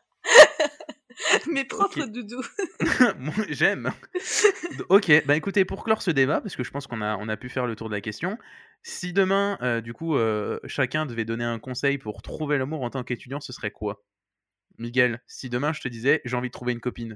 Mes propres Ok. doudous. Moi, j'aime. Ok, bah écoutez, pour clore ce débat, parce que je pense qu'on a pu faire le tour de la question, si demain, du coup, chacun devait donner un conseil pour trouver l'amour en tant qu'étudiant, ce serait quoi? Miguel, si demain je te disais, j'ai envie de trouver une copine.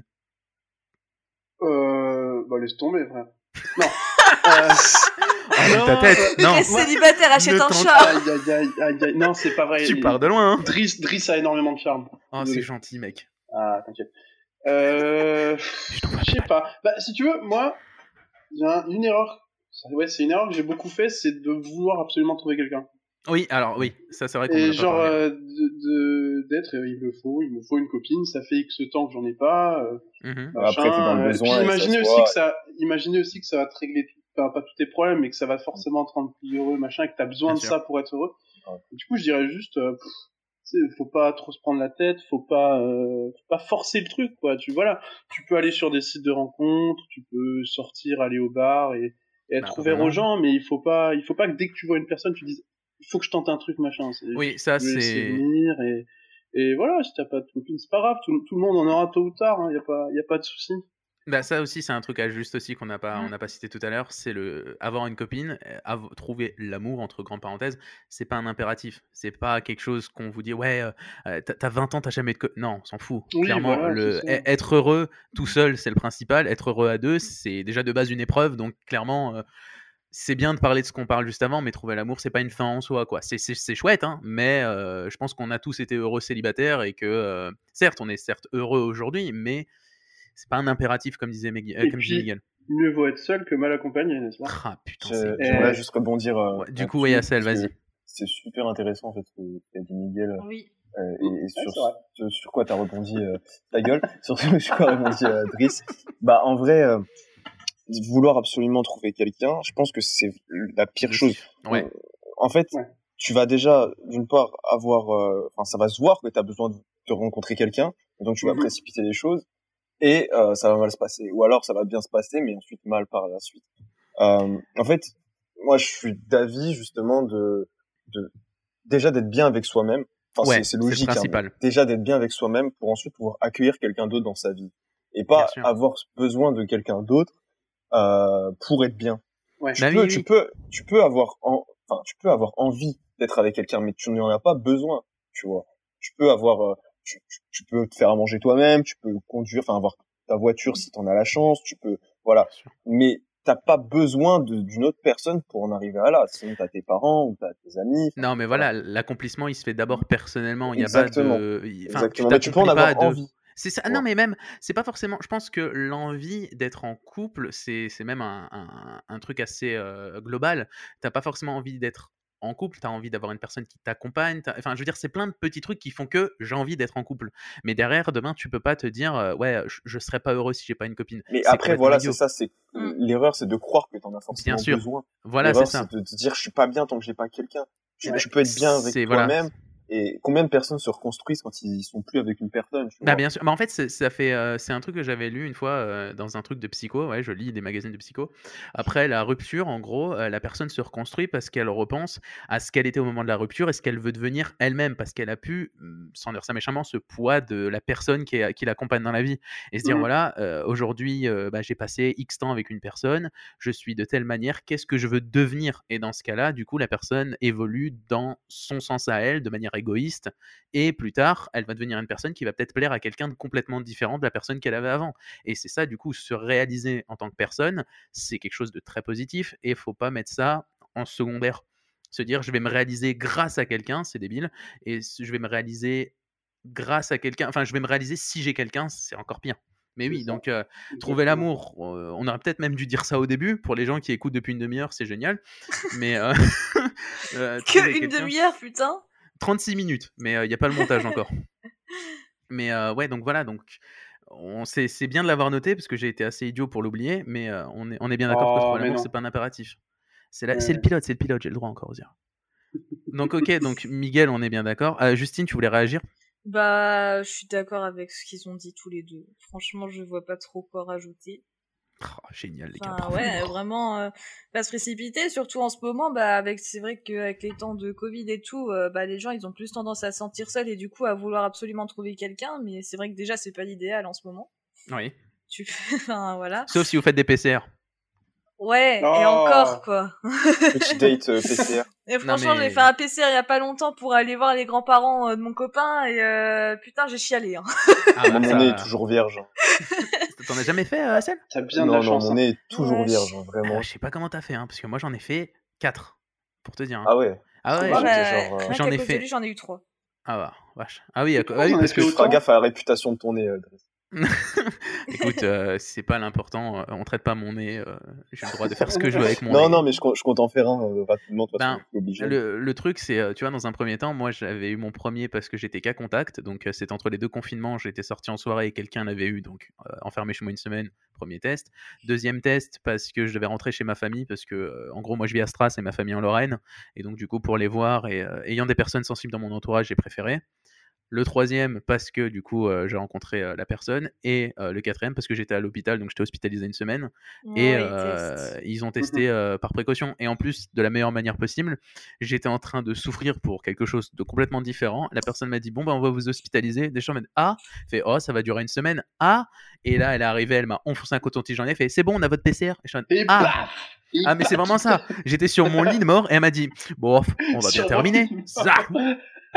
Bah laisse tomber, frère. Non. Oh, ta tête, non. Reste célibataire, achète Ne un tente chat. Aïe. Non, c'est pas vrai. Tu pars de loin, hein. Driss a énormément de charme. Oh, Désolé. c'est gentil, mec. Ah, t'inquiète. Je t'envoie Je sais pas. Bah, si tu veux, moi, il y a une erreur. Ouais, c'est une erreur que j'ai beaucoup fait, c'est de vouloir absolument trouver quelqu'un. Oui, alors oui, ça c'est vrai qu'on en Et a genre, pas parlé. d'être, il me faut une copine, ça fait X temps que j'en ai pas, Mhm. machin. Après, t'es dans le Et besoin puis et ça se voit. imaginez aussi que ça va te régler enfin, pas tous tes problèmes, mais que ça va forcément te rendre plus heureux, machin, et que t'as besoin Bien de sûr. ça pour être heureux. Ouais. Et du coup, je dirais juste, tu sais, faut pas trop se prendre la tête, faut pas forcer le truc, quoi. Tu peux aller sur des sites de rencontres, tu peux sortir, aller au bar et être Bah, ouvert aux vraiment. gens, mais il faut pas que dès que tu vois une personne, tu dises, il faut que je tente un truc, machin. Oui, Tu ça peux laisser c'est. venir et voilà, si t'as pas de copine, c'est pas grave, tout le monde en aura tôt ou tard, hein, y a pas de souci. Bah, ça aussi, c'est un truc à juste aussi qu'on n'a pas, on n'a pas cité tout à l'heure, c'est avoir une copine, trouver l'amour entre grandes parenthèses, c'est pas un impératif, c'est pas quelque chose qu'on vous dit ouais, t'as 20 ans, t'as jamais de non, on s'en fout. Oui, Clairement, voilà, c'est ça. être heureux tout seul, c'est le principal. Être heureux à deux, c'est déjà de base une épreuve, donc clairement, c'est bien de parler de ce qu'on parle juste avant, mais trouver l'amour, c'est pas une fin en soi, quoi. C'est chouette, hein, mais je pense qu'on a tous été heureux célibataires et que certes, on est certes heureux aujourd'hui, mais c'est pas un impératif comme disait Et puis, Miguel. mieux vaut être seul que mal accompagné, n'est-ce pas? Ah putain, c'est J'aimerais juste rebondir. ouais, du coup, oui, là-dessus, Assel, parce que vas-y. c'est super intéressant en fait ce qu'a dit Miguel. Oui. Et c'est vrai. sur quoi t'as rebondi ta gueule, sur quoi a rebondi Driss. Bah en vrai, vouloir absolument trouver quelqu'un, je pense que c'est la pire chose. Nocif. Ouais. En fait, Ouais. tu vas déjà d'une part avoir, enfin ça va se voir que t'as besoin de rencontrer quelqu'un, et donc tu vas précipiter les choses, et ça va mal se passer. Ou alors ça va bien se passer, mais ensuite mal par la suite. En fait, moi je suis d'avis justement de déjà d'être bien avec soi-même. Enfin, Ouais, c'est logique, le principal. mais déjà d'être bien avec soi-même pour ensuite pouvoir accueillir quelqu'un d'autre dans sa vie. Et Bien pas sûr. avoir besoin de quelqu'un d'autre, pour être bien. Ouais. Bah oui, oui. Tu peux avoir envie d'être avec quelqu'un, mais tu n'en as pas besoin, tu vois. Tu peux avoir, tu peux te faire à manger toi-même, tu peux conduire, enfin, avoir ta voiture si t'en as la chance, tu peux, voilà. Bien sûr. Mais t'as pas besoin d'une autre personne pour en arriver à là. Sinon, t'as tes parents ou t'as tes amis. Non, mais voilà, l'accomplissement, il se fait d'abord personnellement. Il y a Exactement. pas de. Enfin, Exactement. tu Mais tu peux en t'accomplis pas avoir de. envie. C'est ça. tu Non, vois. mais même, c'est pas forcément. Je pense que l'envie d'être en couple, c'est même un truc assez global. T'as pas forcément envie d'être en couple, t'as envie d'avoir une personne qui t'accompagne. Enfin, je veux dire, c'est plein de petits trucs qui font que j'ai envie d'être en couple. Mais derrière, demain, tu peux pas te dire, ouais, je serais pas heureux si j'ai pas une copine. Mais C'est après, complètement voilà, idiot. c'est ça, c'est, Mm. l'erreur, c'est de croire que t'en as Bien forcément sûr. besoin. Voilà, c'est L'erreur, ça. c'est de te dire, je suis pas bien tant que j'ai pas quelqu'un. Ouais. Tu peux être bien avec C'est voilà. toi-même. Et combien de personnes se reconstruisent quand ils sont plus avec une personne, tu Bah vois. bien sûr, bah en fait ça fait c'est un truc que j'avais lu une fois dans un truc de psycho, ouais, je lis des magazines de psycho. Après la rupture, en gros, la personne se reconstruit parce qu'elle repense à ce qu'elle était au moment de la rupture et ce qu'elle veut devenir elle-même parce qu'elle a pu, sans dire ça méchamment, ce poids de la personne qui l'accompagne dans la vie et se dire voilà, aujourd'hui, bah, j'ai passé X temps avec une personne, je suis de telle manière, qu'est-ce que je veux devenir? Et dans ce cas-là, du coup, la personne évolue dans son sens à elle, de manière égoïste et plus tard, elle va devenir une personne qui va peut-être plaire à quelqu'un de complètement différent de la personne qu'elle avait avant. Et c'est ça, du coup, se réaliser en tant que personne, c'est quelque chose de très positif et il faut pas mettre ça en secondaire. Se dire, je vais me réaliser grâce à quelqu'un, c'est débile, et je vais me réaliser grâce à quelqu'un, enfin, je vais me réaliser si j'ai quelqu'un, c'est encore pire. Mais C'est oui, ça. donc trouver l'amour, on aurait peut-être même dû dire ça au début. Pour les gens qui écoutent depuis une demi-heure, c'est génial. Mais trouver Que une quelqu'un, demi-heure, putain. 36 minutes, mais il n'y a pas le montage encore. Mais ouais, donc voilà, donc c'est bien de l'avoir noté parce que j'ai été assez idiot pour l'oublier, mais on est bien d'accord que Oh, trouver mais l'amour, non. c'est pas un impératif. C'est Ouais. le pilote, j'ai le droit encore à dire. Donc ok, donc Miguel, on est bien d'accord. Justine, tu voulais réagir? Bah, je suis d'accord avec ce qu'ils ont dit tous les deux. Franchement, je vois pas trop quoi rajouter. Oh, génial les gars, Enfin, bravo. ouais, vraiment, pas se précipiter, surtout en ce moment, bah, c'est vrai qu'avec les temps de Covid et tout, bah, les gens, ils ont plus tendance à se sentir seuls et du coup à vouloir absolument trouver quelqu'un, mais c'est vrai que déjà, c'est pas l'idéal en ce moment. Oui. Enfin, voilà. Sauf si vous faites des PCR. Ouais, et Oh. encore, quoi. Petit date PCR. Et franchement, mais- j'ai fait un PCR il y a pas longtemps pour aller voir les grands-parents de mon copain et putain, j'ai chialé, hein. Ah bah Mon nez est ça. toujours vierge. T'en as jamais fait, Assel? T'as bien de la Non, chance. mon hein. nez est toujours Ouais, vierge, hein, vraiment. Je sais pas comment t'as fait, hein, parce que moi j'en ai fait 4, pour te dire. Hein. Ah ouais. Ah ouais, Ouais, J'étais bah, genre, rien j'en qu'à ai cause fait. de lui, j'en ai eu 3. Ah bah, vache. Ah oui, Pourquoi vous en avez parce fait que autant Fera gaffe à la réputation de ton nez, Driss. écoute, c'est pas l'important, on traite pas mon nez, j'ai le droit de faire ce que je veux avec mon Non, nez. non, mais je compte en faire un rapidement, de toute façon, Ben, je suis obligé. le truc, c'est, tu vois, dans un premier temps, moi, j'avais eu mon premier parce que j'étais cas contact, donc c'était entre les 2 confinements, j'étais sorti en soirée et quelqu'un l'avait eu, donc enfermé chez moi une semaine, premier test. Deuxième test parce que je devais rentrer chez ma famille parce que, en gros, moi, je vis à Stras et ma famille en Lorraine, et donc du coup, pour les voir et ayant des personnes sensibles dans mon entourage, j'ai préféré. Le troisième parce que du coup j'ai rencontré la personne et le quatrième parce que j'étais à l'hôpital, donc j'étais hospitalisé une semaine et Oui, test. ils ont testé par précaution et en plus de la meilleure manière possible. J'étais en train de souffrir pour quelque chose de complètement différent. La personne m'a dit bon ben on va vous hospitaliser. Des gens m'ont dit ah, fait oh ça va durer une semaine, ah, et là elle est arrivée, elle m'a enfoncé un coton-tige dans les fait c'est bon on a votre PCR et je suis en mode, Et ah paf Et ah mais c'est paf, vraiment ça. J'étais sur mon lit de mort et elle m'a dit bon on va bien Sur mon terminer. lit de Ça. mort.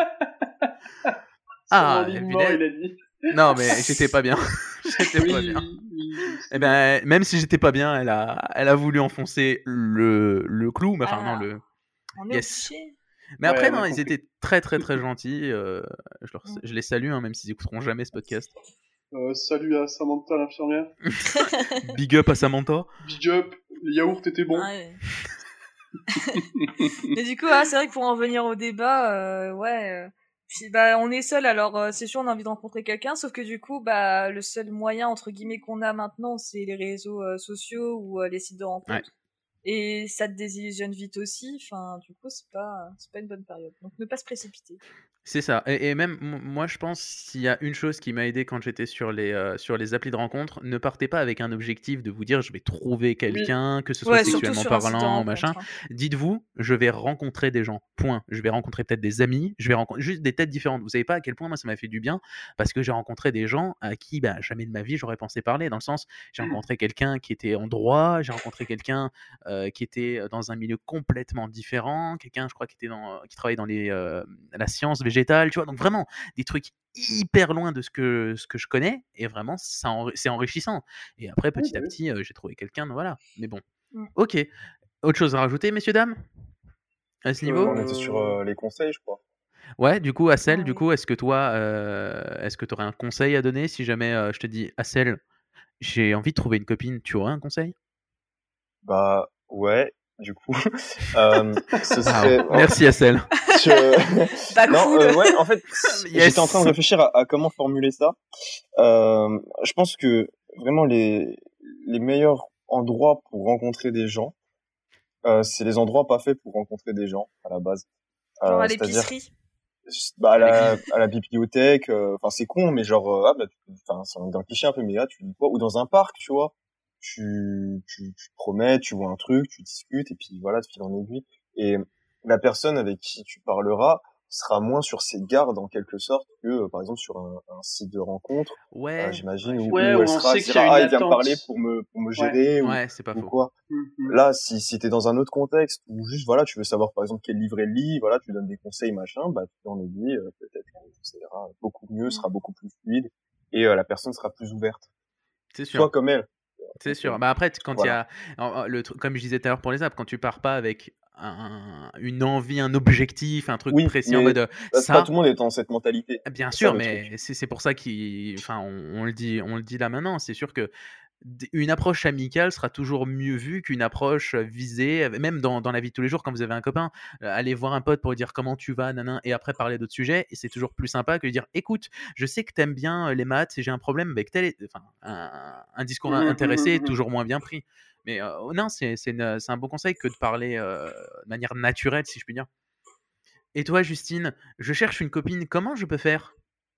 Ah, Sur mon lit de et mort, puis il a dit. non, mais j'étais pas bien. J'étais pas bien. Oui, Et ben, même si j'étais pas bien, elle a voulu enfoncer le clou. Mais enfin, non, Ah, le. on est Yes. obligé. Mais Ouais, après, on a non, ils compris. étaient très, très, très gentils. Je les salue, hein, même s'ils écouteront jamais ce podcast. Salut à Samantha l'infirmière. Big up à Samantha. Big up, les yaourts étaient bons. Ouais. Mais du coup, c'est vrai que pour en venir au débat, ouais, Puis bah on est seul, alors c'est sûr on a envie de rencontrer quelqu'un, sauf que du coup bah le seul moyen entre guillemets qu'on a maintenant c'est les réseaux sociaux ou les sites de rencontres. Ouais. Et ça te désillusionne vite aussi. Enfin du coup c'est pas une bonne période. Donc ne pas se précipiter. C'est ça. Et même moi, je pense s'il y a une chose qui m'a aidé quand j'étais sur les applis de rencontre, ne partez pas avec un objectif de vous dire je vais trouver Oui. quelqu'un, que ce soit Ouais, surtout sexuellement sur un site de parlant, machin. rencontre. Hein. Dites-vous, je vais rencontrer des gens. Point. Je vais rencontrer peut-être des amis. Je vais rencontrer juste des têtes différentes. Vous savez pas à quel point moi ça m'a fait du bien parce que j'ai rencontré des gens à qui bah, jamais de ma vie j'aurais pensé parler. Dans le sens, j'ai rencontré quelqu'un qui était en droit, j'ai rencontré quelqu'un qui était dans un milieu complètement différent, quelqu'un je crois qui travaillait dans la science végétale, tu vois. Donc vraiment des trucs hyper loin de ce que je connais et vraiment c'est enrichissant. Et après petit à petit j'ai trouvé quelqu'un, voilà. Mais bon, ok. Autre chose à rajouter, messieurs dames, à ce niveau? On était sur les conseils, je crois. Ouais, du coup, Assel, Ouais. du coup, est-ce que toi, est-ce que tu aurais un conseil à donner si jamais je te dis, Assel, j'ai envie de trouver une copine, tu aurais un conseil? Bah ouais, du coup, ce serait. Merci Assel. Bah non, cool. ouais, en fait, Yes. j'étais en train de réfléchir à comment formuler ça. Je pense que vraiment les meilleurs endroits pour rencontrer des gens, c'est les endroits pas faits pour rencontrer des gens à la base. Genre à C'est-à-dire l'épicerie. bah à la bibliothèque, enfin c'est con mais genre ah bah enfin c'est dans le cliché un peu mais là tu dis quoi, ou dans un parc, tu vois, tu te promets, tu vois un truc, tu discutes et puis voilà, de fil en aiguille, et la personne avec qui tu parleras sera moins sur ses gardes en quelque sorte que par exemple sur un site de rencontre, Ouais. j'imagine, Ouais, où Ouais, elle où on sera sait qu'il y a dira une ah il vient me attente. parler pour me gérer Ouais, c'est pas ou faux. quoi. Là, si t'es dans un autre contexte où juste voilà, tu veux savoir par exemple quel livre elle lit, voilà, tu donnes des conseils machin, bah tu en aiguille, peut-être qu'elle conseillera beaucoup mieux, sera beaucoup plus fluide et la personne sera plus ouverte. C'est Soit sûr. comme elle. C'est sûr. Bah après, quand il y Voilà. a comme je disais tout à l'heure pour les apps, quand tu pars pas avec une envie, un objectif, un truc Oui, précis en mais mode pas ça, tout le monde est dans cette mentalité. bien C'est ça sûr, le mais truc. c'est pour ça enfin, on le dit là maintenant. C'est sûr que une approche amicale sera toujours mieux vue qu'une approche visée, même dans la vie de tous les jours, quand vous avez un copain, aller voir un pote pour lui dire comment tu vas, nanan, et après parler d'autres sujets, et c'est toujours plus sympa que de dire écoute, je sais que t'aimes bien les maths, et j'ai un problème avec enfin, un discours intéressé est toujours moins bien pris. Mais non, c'est un bon conseil que de parler de manière naturelle, si je puis dire. Et toi, Justine, je cherche une copine, comment je peux faire?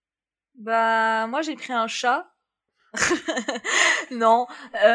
Bah moi j'ai pris un chat. Non.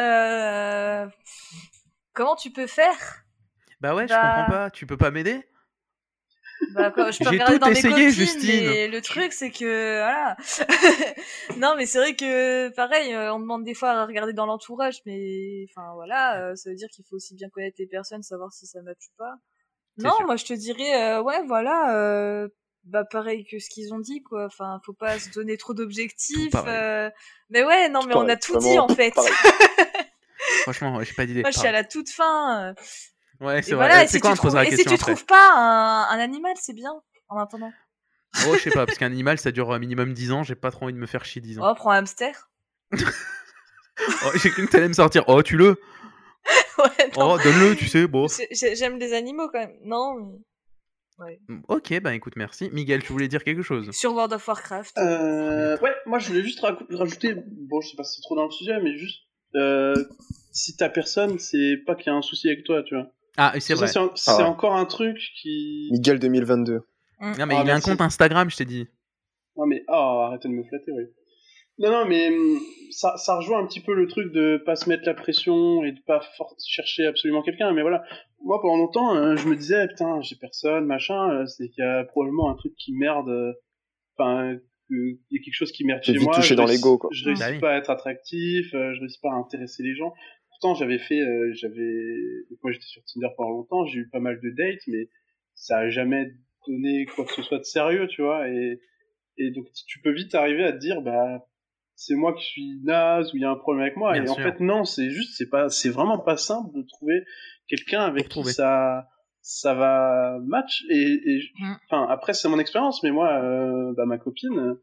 Comment tu peux faire? Bah ouais, je comprends Bah, pas, tu peux pas m'aider? bah je peux J'ai regarder tout dans mes essayé, copines, Justine. mais le truc c'est que voilà. Non, mais c'est vrai que pareil, on demande des fois à regarder dans l'entourage, mais enfin voilà, ça veut dire qu'il faut aussi bien connaître les personnes, savoir si ça match ou pas. C'est Non, sûr. moi je te dirais ouais voilà, bah pareil que ce qu'ils ont dit quoi. Enfin, faut pas se donner trop Tout d'objectifs. pareil. Mais ouais, non, mais on a Pareil, tout dit vraiment en fait. pareil. Franchement, ouais, j'ai pas d'idée. Moi, je suis à Pareil. la toute fin. Ouais, Et c'est vrai. voilà, Tu sais quoi, on te posera la et si question tu après. trouves pas un animal, c'est bien, en attendant. Oh, je sais pas, parce qu'un animal, ça dure un minimum 10 ans. J'ai pas trop envie de me faire chier 10 ans. Oh, prends un hamster. Oh, j'ai cru que t'allais me sortir. Oh, tue-le. Ouais, non. Oh, donne-le, tu sais, bon. J'aime les animaux quand même. Non, mais... Ouais. Ok, bah écoute, merci. Miguel, tu voulais dire quelque chose? Sur World of Warcraft. Ouais, moi je voulais juste rajouter, bon, je sais pas si c'est trop dans le sujet, mais juste, si t'as personne, c'est pas qu'il y a un souci avec toi, tu vois. Ah, c'est Parce que vrai. ça, c'est ouais. encore un truc qui. Miguel 2022. Non, mais Ah, il a un merci. compte Instagram, je t'ai dit. Non, mais, arrêtez de me flatter, oui. Non, mais ça rejoint un petit peu le truc de pas se mettre la pression et de pas chercher absolument quelqu'un. Mais voilà, moi pendant longtemps, je me disais, putain, j'ai personne, machin, c'est qu'il y a probablement un truc qui merde. Enfin, il y a quelque chose qui merde T'es chez vite moi. touché dans l'ego, quoi. Je réussis Bah oui. pas à être attractif, je réussis pas à intéresser les gens. Pourtant, moi j'étais sur Tinder pendant longtemps, j'ai eu pas mal de dates, mais ça a jamais donné quoi que ce soit de sérieux, tu vois. Et donc tu peux vite arriver à te dire, bah c'est moi qui suis naze ou il y a un problème avec moi. Bien Et en sûr. fait non, c'est vraiment pas simple de trouver quelqu'un avec qui trouver. ça va match. Enfin après c'est mon expérience, mais moi, ma copine,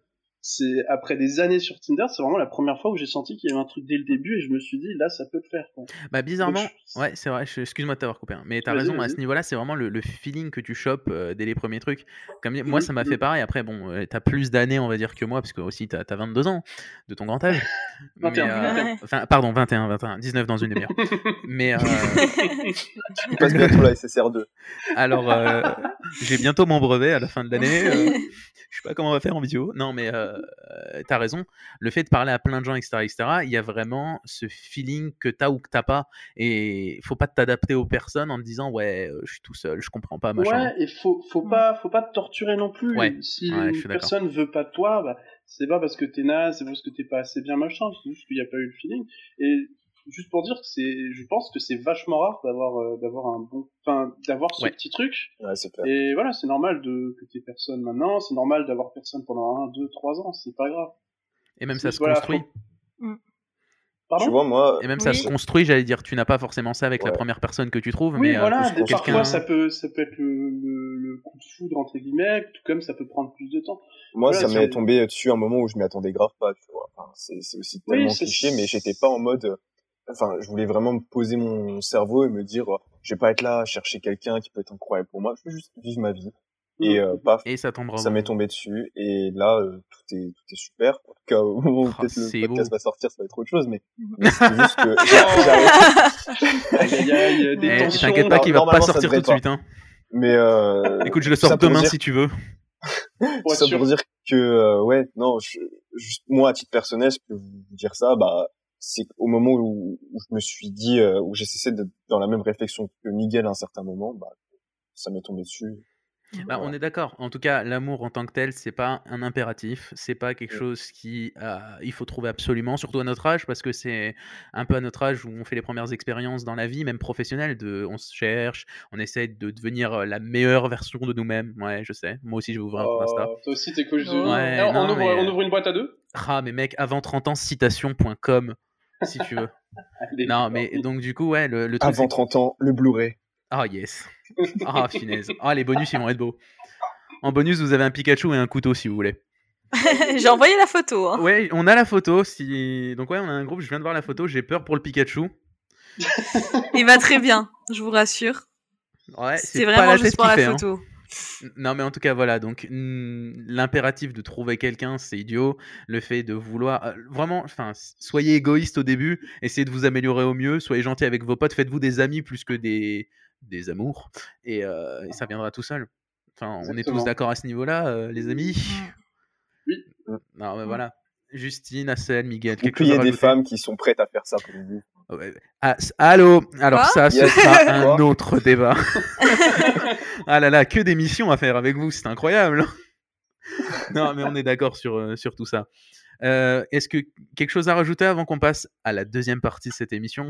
c'est après des années sur Tinder, c'est vraiment la première fois où j'ai senti qu'il y avait un truc dès le début et je me suis dit là ça peut le faire, quoi. Bah bizarrement, Donc, ouais, c'est vrai, excuse-moi de t'avoir coupé, hein, mais t'as Vas-y, raison, à vas-y. ce niveau-là, c'est vraiment le feeling que tu chopes dès les premiers trucs. Comme moi, ça m'a fait pareil. Après, bon, t'as plus d'années, on va dire, que moi, parce que aussi, t'as 22 ans, de ton grand âge. 21, Mais, Ouais. enfin, pardon, 21, 19 dans une demi-heure. Mais, Tu passes bientôt la SSR2. alors, j'ai bientôt mon brevet à la fin de l'année. Je sais pas comment on va faire en vidéo. Non, mais t'as raison. Le fait de parler à plein de gens, etc., il y a vraiment ce feeling que t'as ou que t'as pas. Et faut pas t'adapter aux personnes en te disant ouais, je suis tout seul, je comprends pas, machin. Ouais, et faut pas te torturer non plus. Ouais, Si ouais, je une suis d'accord. personne veut pas de toi, bah, c'est pas parce que t'es naze, c'est pas parce que t'es pas assez bien machin, c'est juste qu'il y a pas eu le feeling. Et juste pour dire que je pense que c'est vachement rare d'avoir un bon, enfin, d'avoir ce Ouais. petit truc. Ouais, c'est clair. Et voilà, c'est normal que t'aies personne maintenant, c'est normal d'avoir personne pendant 1, 2, 3 ans, c'est pas grave. Et même ça se Voilà, construit. Pardon? Tu vois, moi, Et même ça Oui. se construit, j'allais dire, tu n'as pas forcément ça avec la Ouais. première personne que tu trouves, Oui, mais voilà, quelqu'un. parfois ça peut être le coup de foudre entre guillemets, tout comme ça peut prendre plus de temps. moi, Voilà, ça m'est c'est- tombé dessus un moment où je m'y attendais grave pas, tu vois. Enfin, c'est aussi Oui, tellement c'est- cliché, mais j'étais pas en mode, enfin, je voulais vraiment me poser mon cerveau et me dire, je vais pas être là à chercher quelqu'un qui peut être incroyable pour moi, je veux juste vivre ma vie. Et paf, Et ça tombe ça m'est tombé dessus. Et là, tout est super. En tout cas, au moment où Oh, peut-être le c'est podcast beau. va sortir, ça va être autre chose, mais c'est juste que j'arrête. Aïe, aïe, aïe, des Eh, tensions. t'inquiète pas qu'il va pas Normalement, ça sortir devrait tout de suite. Hein. Mais Écoute, je le tout ça sors pour demain dire- si tu veux. Pour être ça sûr. pour dire que ouais, non, juste moi à titre personnel, je peux vous dire ça, bah c'est au moment où je me suis dit, où j'ai cessé d'être dans la même réflexion que Miguel à un certain moment, bah ça m'est tombé dessus. Bah, on est d'accord. En tout cas, l'amour en tant que tel, c'est pas un impératif. C'est pas quelque Ouais. chose qui il faut trouver absolument, surtout à notre âge, parce que c'est un peu à notre âge où on fait les premières expériences dans la vie, même professionnelle. On se cherche, on essaie de devenir la meilleure version de nous-mêmes. Ouais, je sais. Moi aussi, je vais ouvrir un compte Insta. Toi aussi, t'es coach de... Oh. Ouais, Eh, on, non, ouvre, mais, on ouvre une boîte à deux? Ah, mais mec, avant 30 ans, citation.com, si tu veux. Allez, Non, c'est mais parti. donc, du coup, ouais, le truc. Avant c'est- 30 ans, le Blu-ray. Ah, yes. Ah, finesse. Ah, les bonus, ils vont être beaux. En bonus, vous avez un Pikachu et un couteau si vous voulez. J'ai envoyé la photo. Hein. Ouais, on a la photo. Donc, ouais, on a un groupe. Je viens de voir la photo. J'ai peur pour le Pikachu. Il va très bien, je vous rassure. Ouais, C'était c'est pas vraiment la juste tête pour qu'il la fait. Hein. photo. Non, mais en tout cas, voilà. Donc, l'impératif de trouver quelqu'un, c'est idiot. Le fait de vouloir. Vraiment, enfin, soyez égoïste au début. Essayez de vous améliorer au mieux. Soyez gentil avec vos potes. Faites-vous des amis plus que des amours. Et ça viendra tout seul. Enfin, on est tous Exactement. d'accord à ce niveau-là, les amis. Oui. Non, mais voilà. Justine, Assel, Miguel, Vous quelque chose à pliez des rajouter femmes qui sont prêtes à faire ça pour vous. Ouais. Ah, allô. Alors Quoi ça, ce Yes. sera un Quoi autre débat. Ah là là, que d'émissions à faire avec vous, c'est incroyable. Non, mais on est d'accord sur tout ça. Est-ce que quelque chose à rajouter avant qu'on passe à la deuxième partie de cette émission?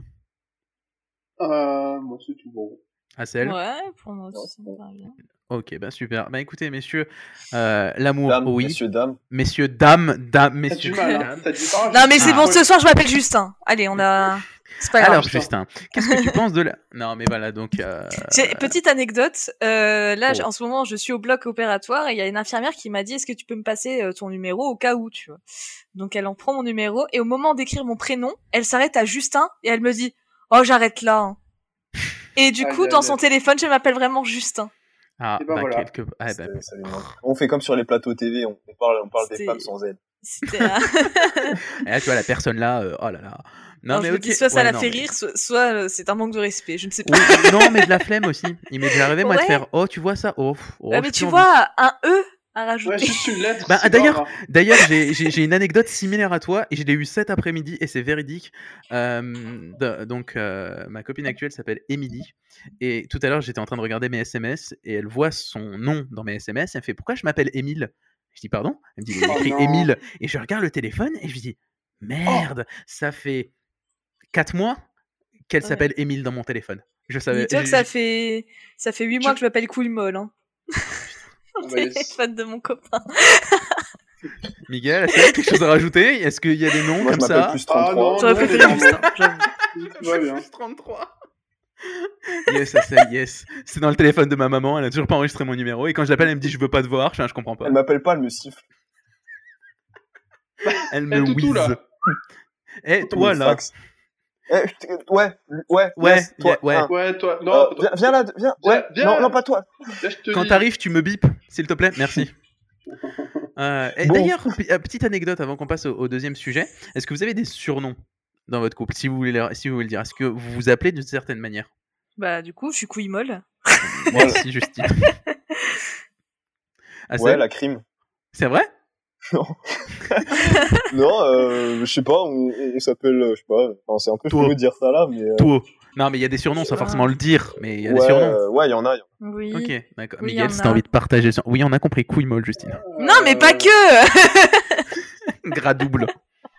Moi, c'est tout bon. Assel? Ouais, pour moi aussi, ça me paraît bien. Ok, bah super. Bah écoutez, messieurs, l'amour, Dames, oui. messieurs, dames. Messieurs, dames, T'as messieurs, du mal, hein. dames. T'as du mal. Non, mais c'est Ah. bon, ce soir, je m'appelle Justin. Allez, on a... C'est pas grave. Alors, Justin. Justin, qu'est-ce que tu penses de la... Non, mais voilà, donc... Petite anecdote, là Oh. en ce moment je suis au bloc opératoire et il y a une infirmière qui m'a dit est-ce que tu peux me passer ton numéro au cas où, tu vois. Donc elle en prend mon numéro et au moment d'écrire mon prénom, elle s'arrête à Justin et elle me dit oh j'arrête là. Hein. Et du Aïe, coup aïe, dans aïe. son téléphone je m'appelle vraiment Justin. Ah, Et ben bah, voilà. Ah, bah, Ça lui manque. On fait comme sur les plateaux TV, on parle des C'était- femmes sans elle. C'était Et là, tu vois, la personne là, oh là là. Non, non, mais je me ok. dis soit ça Ouais, la non, fait mais- rire, soit c'est un manque de respect, je ne sais pas. Oui, non, mais de la flemme aussi. Il m'est déjà arrivé, moi, de Ouais. faire oh, tu vois ça? Oh, pff, oh, Ouais, j'ai mais plus tu envie. vois un E à rajouter. Ouais, juste une lettre. Bah, c'est d'ailleurs- pas grave. D'ailleurs, j'ai une anecdote similaire à toi et je l'ai eu cet après-midi et c'est véridique. Donc, ma copine actuelle s'appelle Émilie et tout à l'heure, j'étais en train de regarder mes SMS et elle voit son nom dans mes SMS et elle me fait pourquoi je m'appelle Émile? Je dis pardon? Elle me dit il est Oh écrit non. Émile et je regarde le téléphone et je lui dis merde, ça fait 4 mois qu'elle Ouais. s'appelle Émile dans mon téléphone. Je savais. Dis-toi que ça fait 8 mois que je m'appelle Cool Molle. Hein. On va laisser. Téléphone de mon copain. Miguel, est-ce qu'il y a quelque chose à rajouter? Est-ce qu'il y a des noms Moi, je comme m'appelle ça? plus Ah 33. non, J'aurais non, préféré mais Justin, non, j'avoue. tout va bien. Plus 33. Yes, Assel, yes. C'est dans le téléphone de ma maman, elle a toujours pas enregistré mon numéro et quand je l'appelle, elle me dit je veux pas te voir, je comprends pas. Elle m'appelle pas, elle me siffle. Elle me Eh, toutou, whiz. là. Eh, toi, là. Fax. Ouais, Ouais, toi, ouais. hein. Ouais, toi, non, Viens là, viens. Ouais, viens. non, pas toi. Là, je te Quand dis. t'arrives, tu me bipes, s'il te plaît. Merci. Et Bon. d'ailleurs, petite anecdote avant qu'on passe au deuxième sujet. Est-ce que vous avez des surnoms dans votre couple, si vous voulez le dire? Est-ce que vous vous appelez d'une certaine manière? Bah, du coup, je suis couille molle. Merci, Justine. Ah, Ouais, c'est... la crime. c'est vrai? Non, je sais pas, on s'appelle, je sais pas, enfin, c'est un peu Toi. fou de dire ça là, mais... Toi. Non, mais il y a des surnoms, sans Ah. forcément le dire, mais il y a des ouais, surnoms. ouais, il y en a. Oui. Ok, d'accord. Oui, y Miguel, en si a. t'as envie de partager... Oui, on a compris. Couille molle, Justine. Non, mais pas que. Gras double.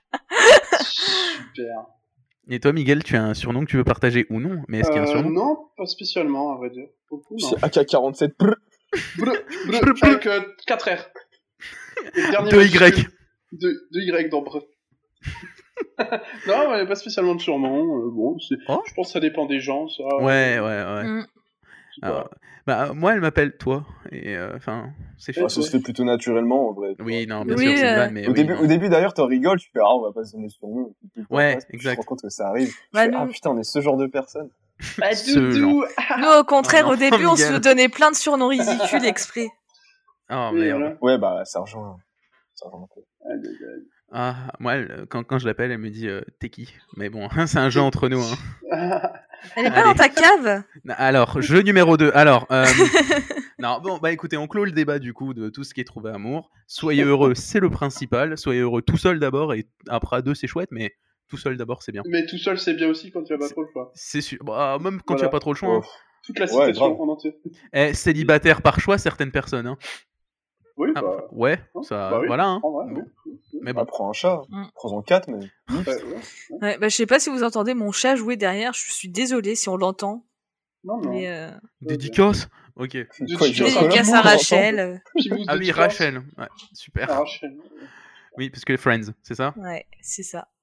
Super. Et toi, Miguel, tu as un surnom que tu veux partager ou non? Mais est-ce qu'il y a un surnom? Non, pas spécialement, à vrai dire. Beaucoup, non. C'est AK-47. Avec 4 R. Et le dernier 2 Y. majuscule. 2 Y dans breu. Non, ouais, pas spécialement de surnom. Bon, Oh. je pense que ça dépend des gens, ça. Ouais. Mm. Alors, moi, elle m'appelle toi. Et enfin, c'est Ouais, chaud. Ça se fait plutôt naturellement, en vrai. Oui, non, bien Oui, sûr, c'est une vanne, mais Au oui, début, non. au début d'ailleurs, t'en rigoles, tu fais on va pas se donner son nom. Ouais, Après, exact. Tu te rends compte que ça arrive. Bah, Tu fais, nous- putain, on est ce genre de personne. Ah, Ce doudou. Nous, au contraire, Ah non, au début, on se Miguel. donnait plein de surnoms ridicules exprès. Oh Oui, merde. voilà. Ouais, bah, ça rejoint un peu. Aïe, aïe, aïe. Ah, moi, quand je l'appelle, elle me dit t'es qui? Mais bon, c'est un jeu entre nous. Hein. Elle est pas Allez. dans ta cave? Alors, jeu numéro 2. Alors, non, bon, bah écoutez, on clôt le débat du coup de tout ce qui est trouvé amour. Soyez heureux, c'est le principal. Soyez heureux tout seul d'abord et après à deux, c'est chouette, mais tout seul d'abord, c'est bien. Mais tout seul, c'est bien aussi quand tu as pas trop le choix. C'est sûr. Bah, même quand tu Voilà. as pas trop le choix. Hein. Toute la Ouais, citation grave. en entier. Célibataire par choix, certaines personnes. Hein. Oui, Ah, bah. ouais, hein, ça, bah oui, voilà. Hein. en vrai, Bon. oui. Mais Bah, bon. prends un chat. Mm. Prends-en 4, mais. Ouais. Ouais, bah, je sais pas si vous entendez mon chat jouer derrière. Je suis désolée si on l'entend. Non, non. Mais Dédicace. Ok. Quoi, il dit Dédicace entre dédicace nous, à on entend Rachel. Petit boost Ah de oui, force. Rachel. Ouais, super. Ah, Rachel. Oui, parce que les Friends, c'est ça? Ouais, c'est ça.